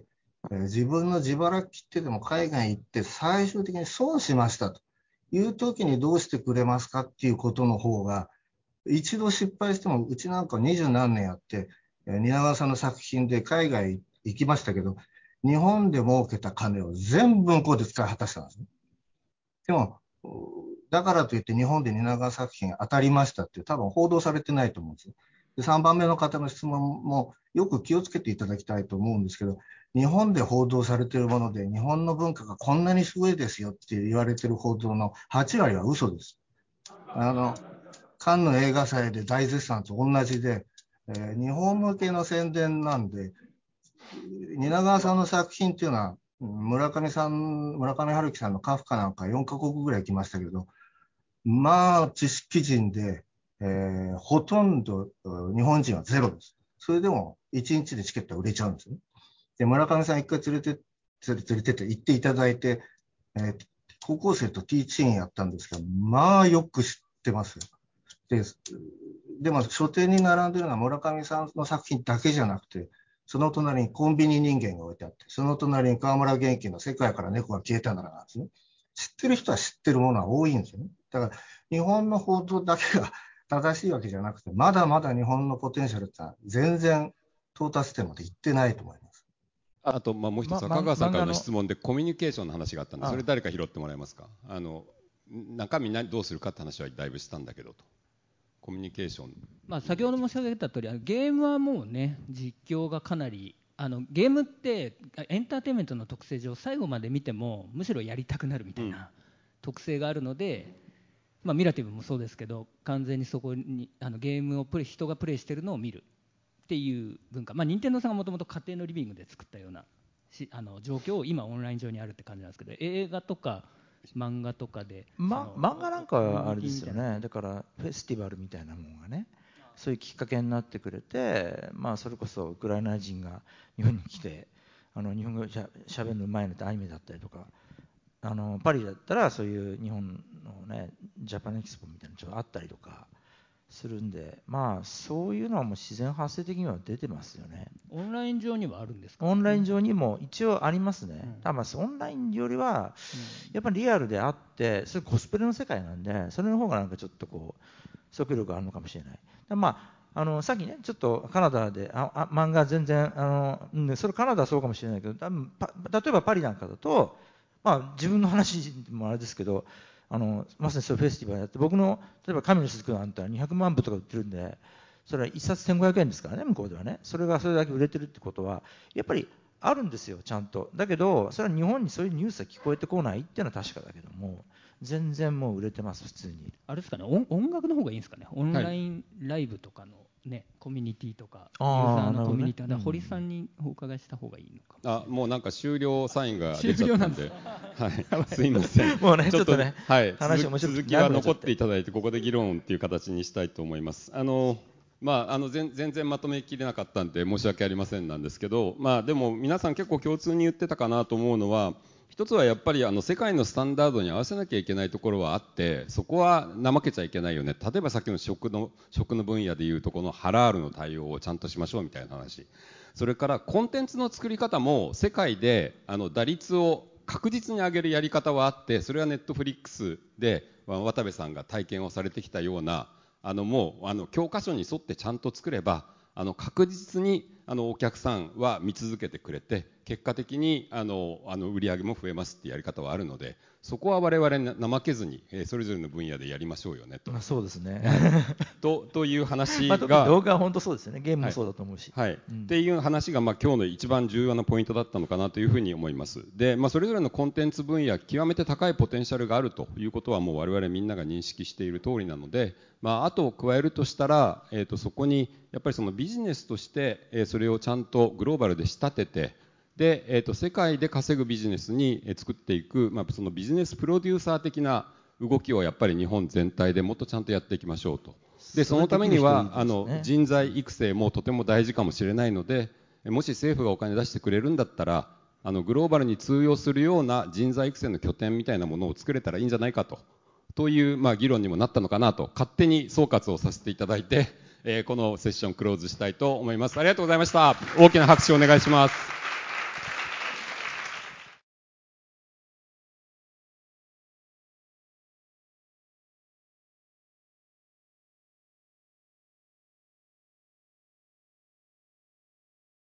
自分の自腹切ってでも海外行って最終的に損しましたという時にどうしてくれますかっていうことの方が、一度失敗しても、うちなんか20何年やって、蜷川さんの作品で海外行きましたけど、日本で儲けた金を全部向こうで使い果たしたんですね。でも、だからといって日本で蜷川作品当たりましたって多分報道されてないと思うんですよ。で、3番目の方の質問もよく気をつけていただきたいと思うんですけど、日本で報道されているもので日本の文化がこんなにすごいですよって言われている報道の8割は嘘です。カンヌ映画祭で大絶賛と同じで、日本向けの宣伝なんで、蜷川さんの作品っていうのは、村上春樹さんのカフカなんか4カ国ぐらい行きましたけど、まあ、知識人で、ほとんど日本人はゼロです。それでも1日でチケットは売れちゃうんですね。で、村上さん一回連れてって行っていただいて、高校生とティーチインやったんですけど、まあよく知ってますよ。でも書店に並んでるのは村上さんの作品だけじゃなくて、その隣にコンビニ人間が置いてあって、その隣に河村元気の世界から猫が消えたならなんですね。知ってる人は知ってるものは多いんですよね。だから日本の報道だけが正しいわけじゃなくて、まだまだ日本のポテンシャルってのは全然到達点までいってないと思います。 あと、もう一つ、香川さんからの質問でコミュニケーションの話があったんで、それ誰か拾ってもらえますか。中身どうするかって話はだいぶしたんだけどと。コミュニケーション、 先ほど申し上げた通り、ゲームはもうね、実況がかなりゲームってエンターテインメントの特性上、最後まで見てもむしろやりたくなるみたいな特性があるので、ミラティブもそうですけど、完全にそこにゲームを人がプレイしてるのを見るっていう文化、任天堂さんがもともと家庭のリビングで作ったような状況を今オンライン上にあるって感じなんですけど、映画とか漫画とかで、 漫画なんかはあれですよね。だからフェスティバルみたいなものがね、そういうきっかけになってくれて、それこそウクライナ人が日本に来て日本語しゃべるのうまいのってアニメだったりとか、パリだったらそういう日本のねジャパンエキスポみたいなのちょっとあったりとかするんで、そういうのはもう自然発生的には出てますよね。 オンライン上にはあるんですか。 オンライン上にも一応ありますね。オンラインよりはやっぱりリアルであって、それコスプレの世界なんで、それの方がなんかちょっとこう速力があるのかもしれない。さっきねちょっとカナダで漫画全然それカナダはそうかもしれないけど、例えばパリなんかだと、自分の話もあれですけど、まさにそういうフェスティバルやって、僕の例えば神の雫なんて200万部とか売ってるんで、それは1冊1500円ですからね、向こうではね。それがそれだけ売れてるってことはやっぱりあるんですよ、ちゃんと。だけどそれは日本にそういうニュースが聞こえてこないっていうのは確かだけども、全然もう売れてます、普通に。 あれですかね、音楽の方がいいんですかね。オンラインライブとかのね、コミュニティとかユーザーのコミュニティ、堀さんにお伺いした方がいいのか。 もうなんか終了サインが出ちゃったんで、すいません。 もうねちょっとね、話面白く続きは残っていただいて、ここで議論っていう形にしたいと思います。全然まとめきれなかったんで申し訳ありませんなんですけど、でも皆さん結構共通に言ってたかなと思うのは、一つはやっぱり世界のスタンダードに合わせなきゃいけないところはあって、そこは怠けちゃいけないよね。例えばさっきの食の分野でいうと、このハラールの対応をちゃんとしましょうみたいな話、それからコンテンツの作り方も世界で打率を確実に上げるやり方はあって、それはネットフリックスで渡部さんが体験をされてきたようなもう教科書に沿ってちゃんと作れば確実にお客さんは見続けてくれて、結果的に売り上げも増えますっていうやり方はあるので、そこは我々怠けずにそれぞれの分野でやりましょうよねと。 そうですねという話が、 動画は本当そうですよね。ゲームもそうだと思うし、 っていう話が今日の一番重要なポイントだったのかなというふうに思います。で、それぞれのコンテンツ分野極めて高いポテンシャルがあるということはもう我々みんなが認識している通りなので、あと加えるとしたら、そこにやっぱりそのビジネスとしてそれをちゃんとグローバルで仕立てて、で、世界で稼ぐビジネスに作っていく、そのビジネスプロデューサー的な動きをやっぱり日本全体でもっとちゃんとやっていきましょうと。で、そのためには人材育成もとても大事かもしれないので、もし政府がお金出してくれるんだったらグローバルに通用するような人材育成の拠点みたいなものを作れたらいいんじゃないかという議論にもなったのかなと勝手に総括をさせていただいて、このセッションクローズしたいと思います。ありがとうございました。大きな拍手をお願いします。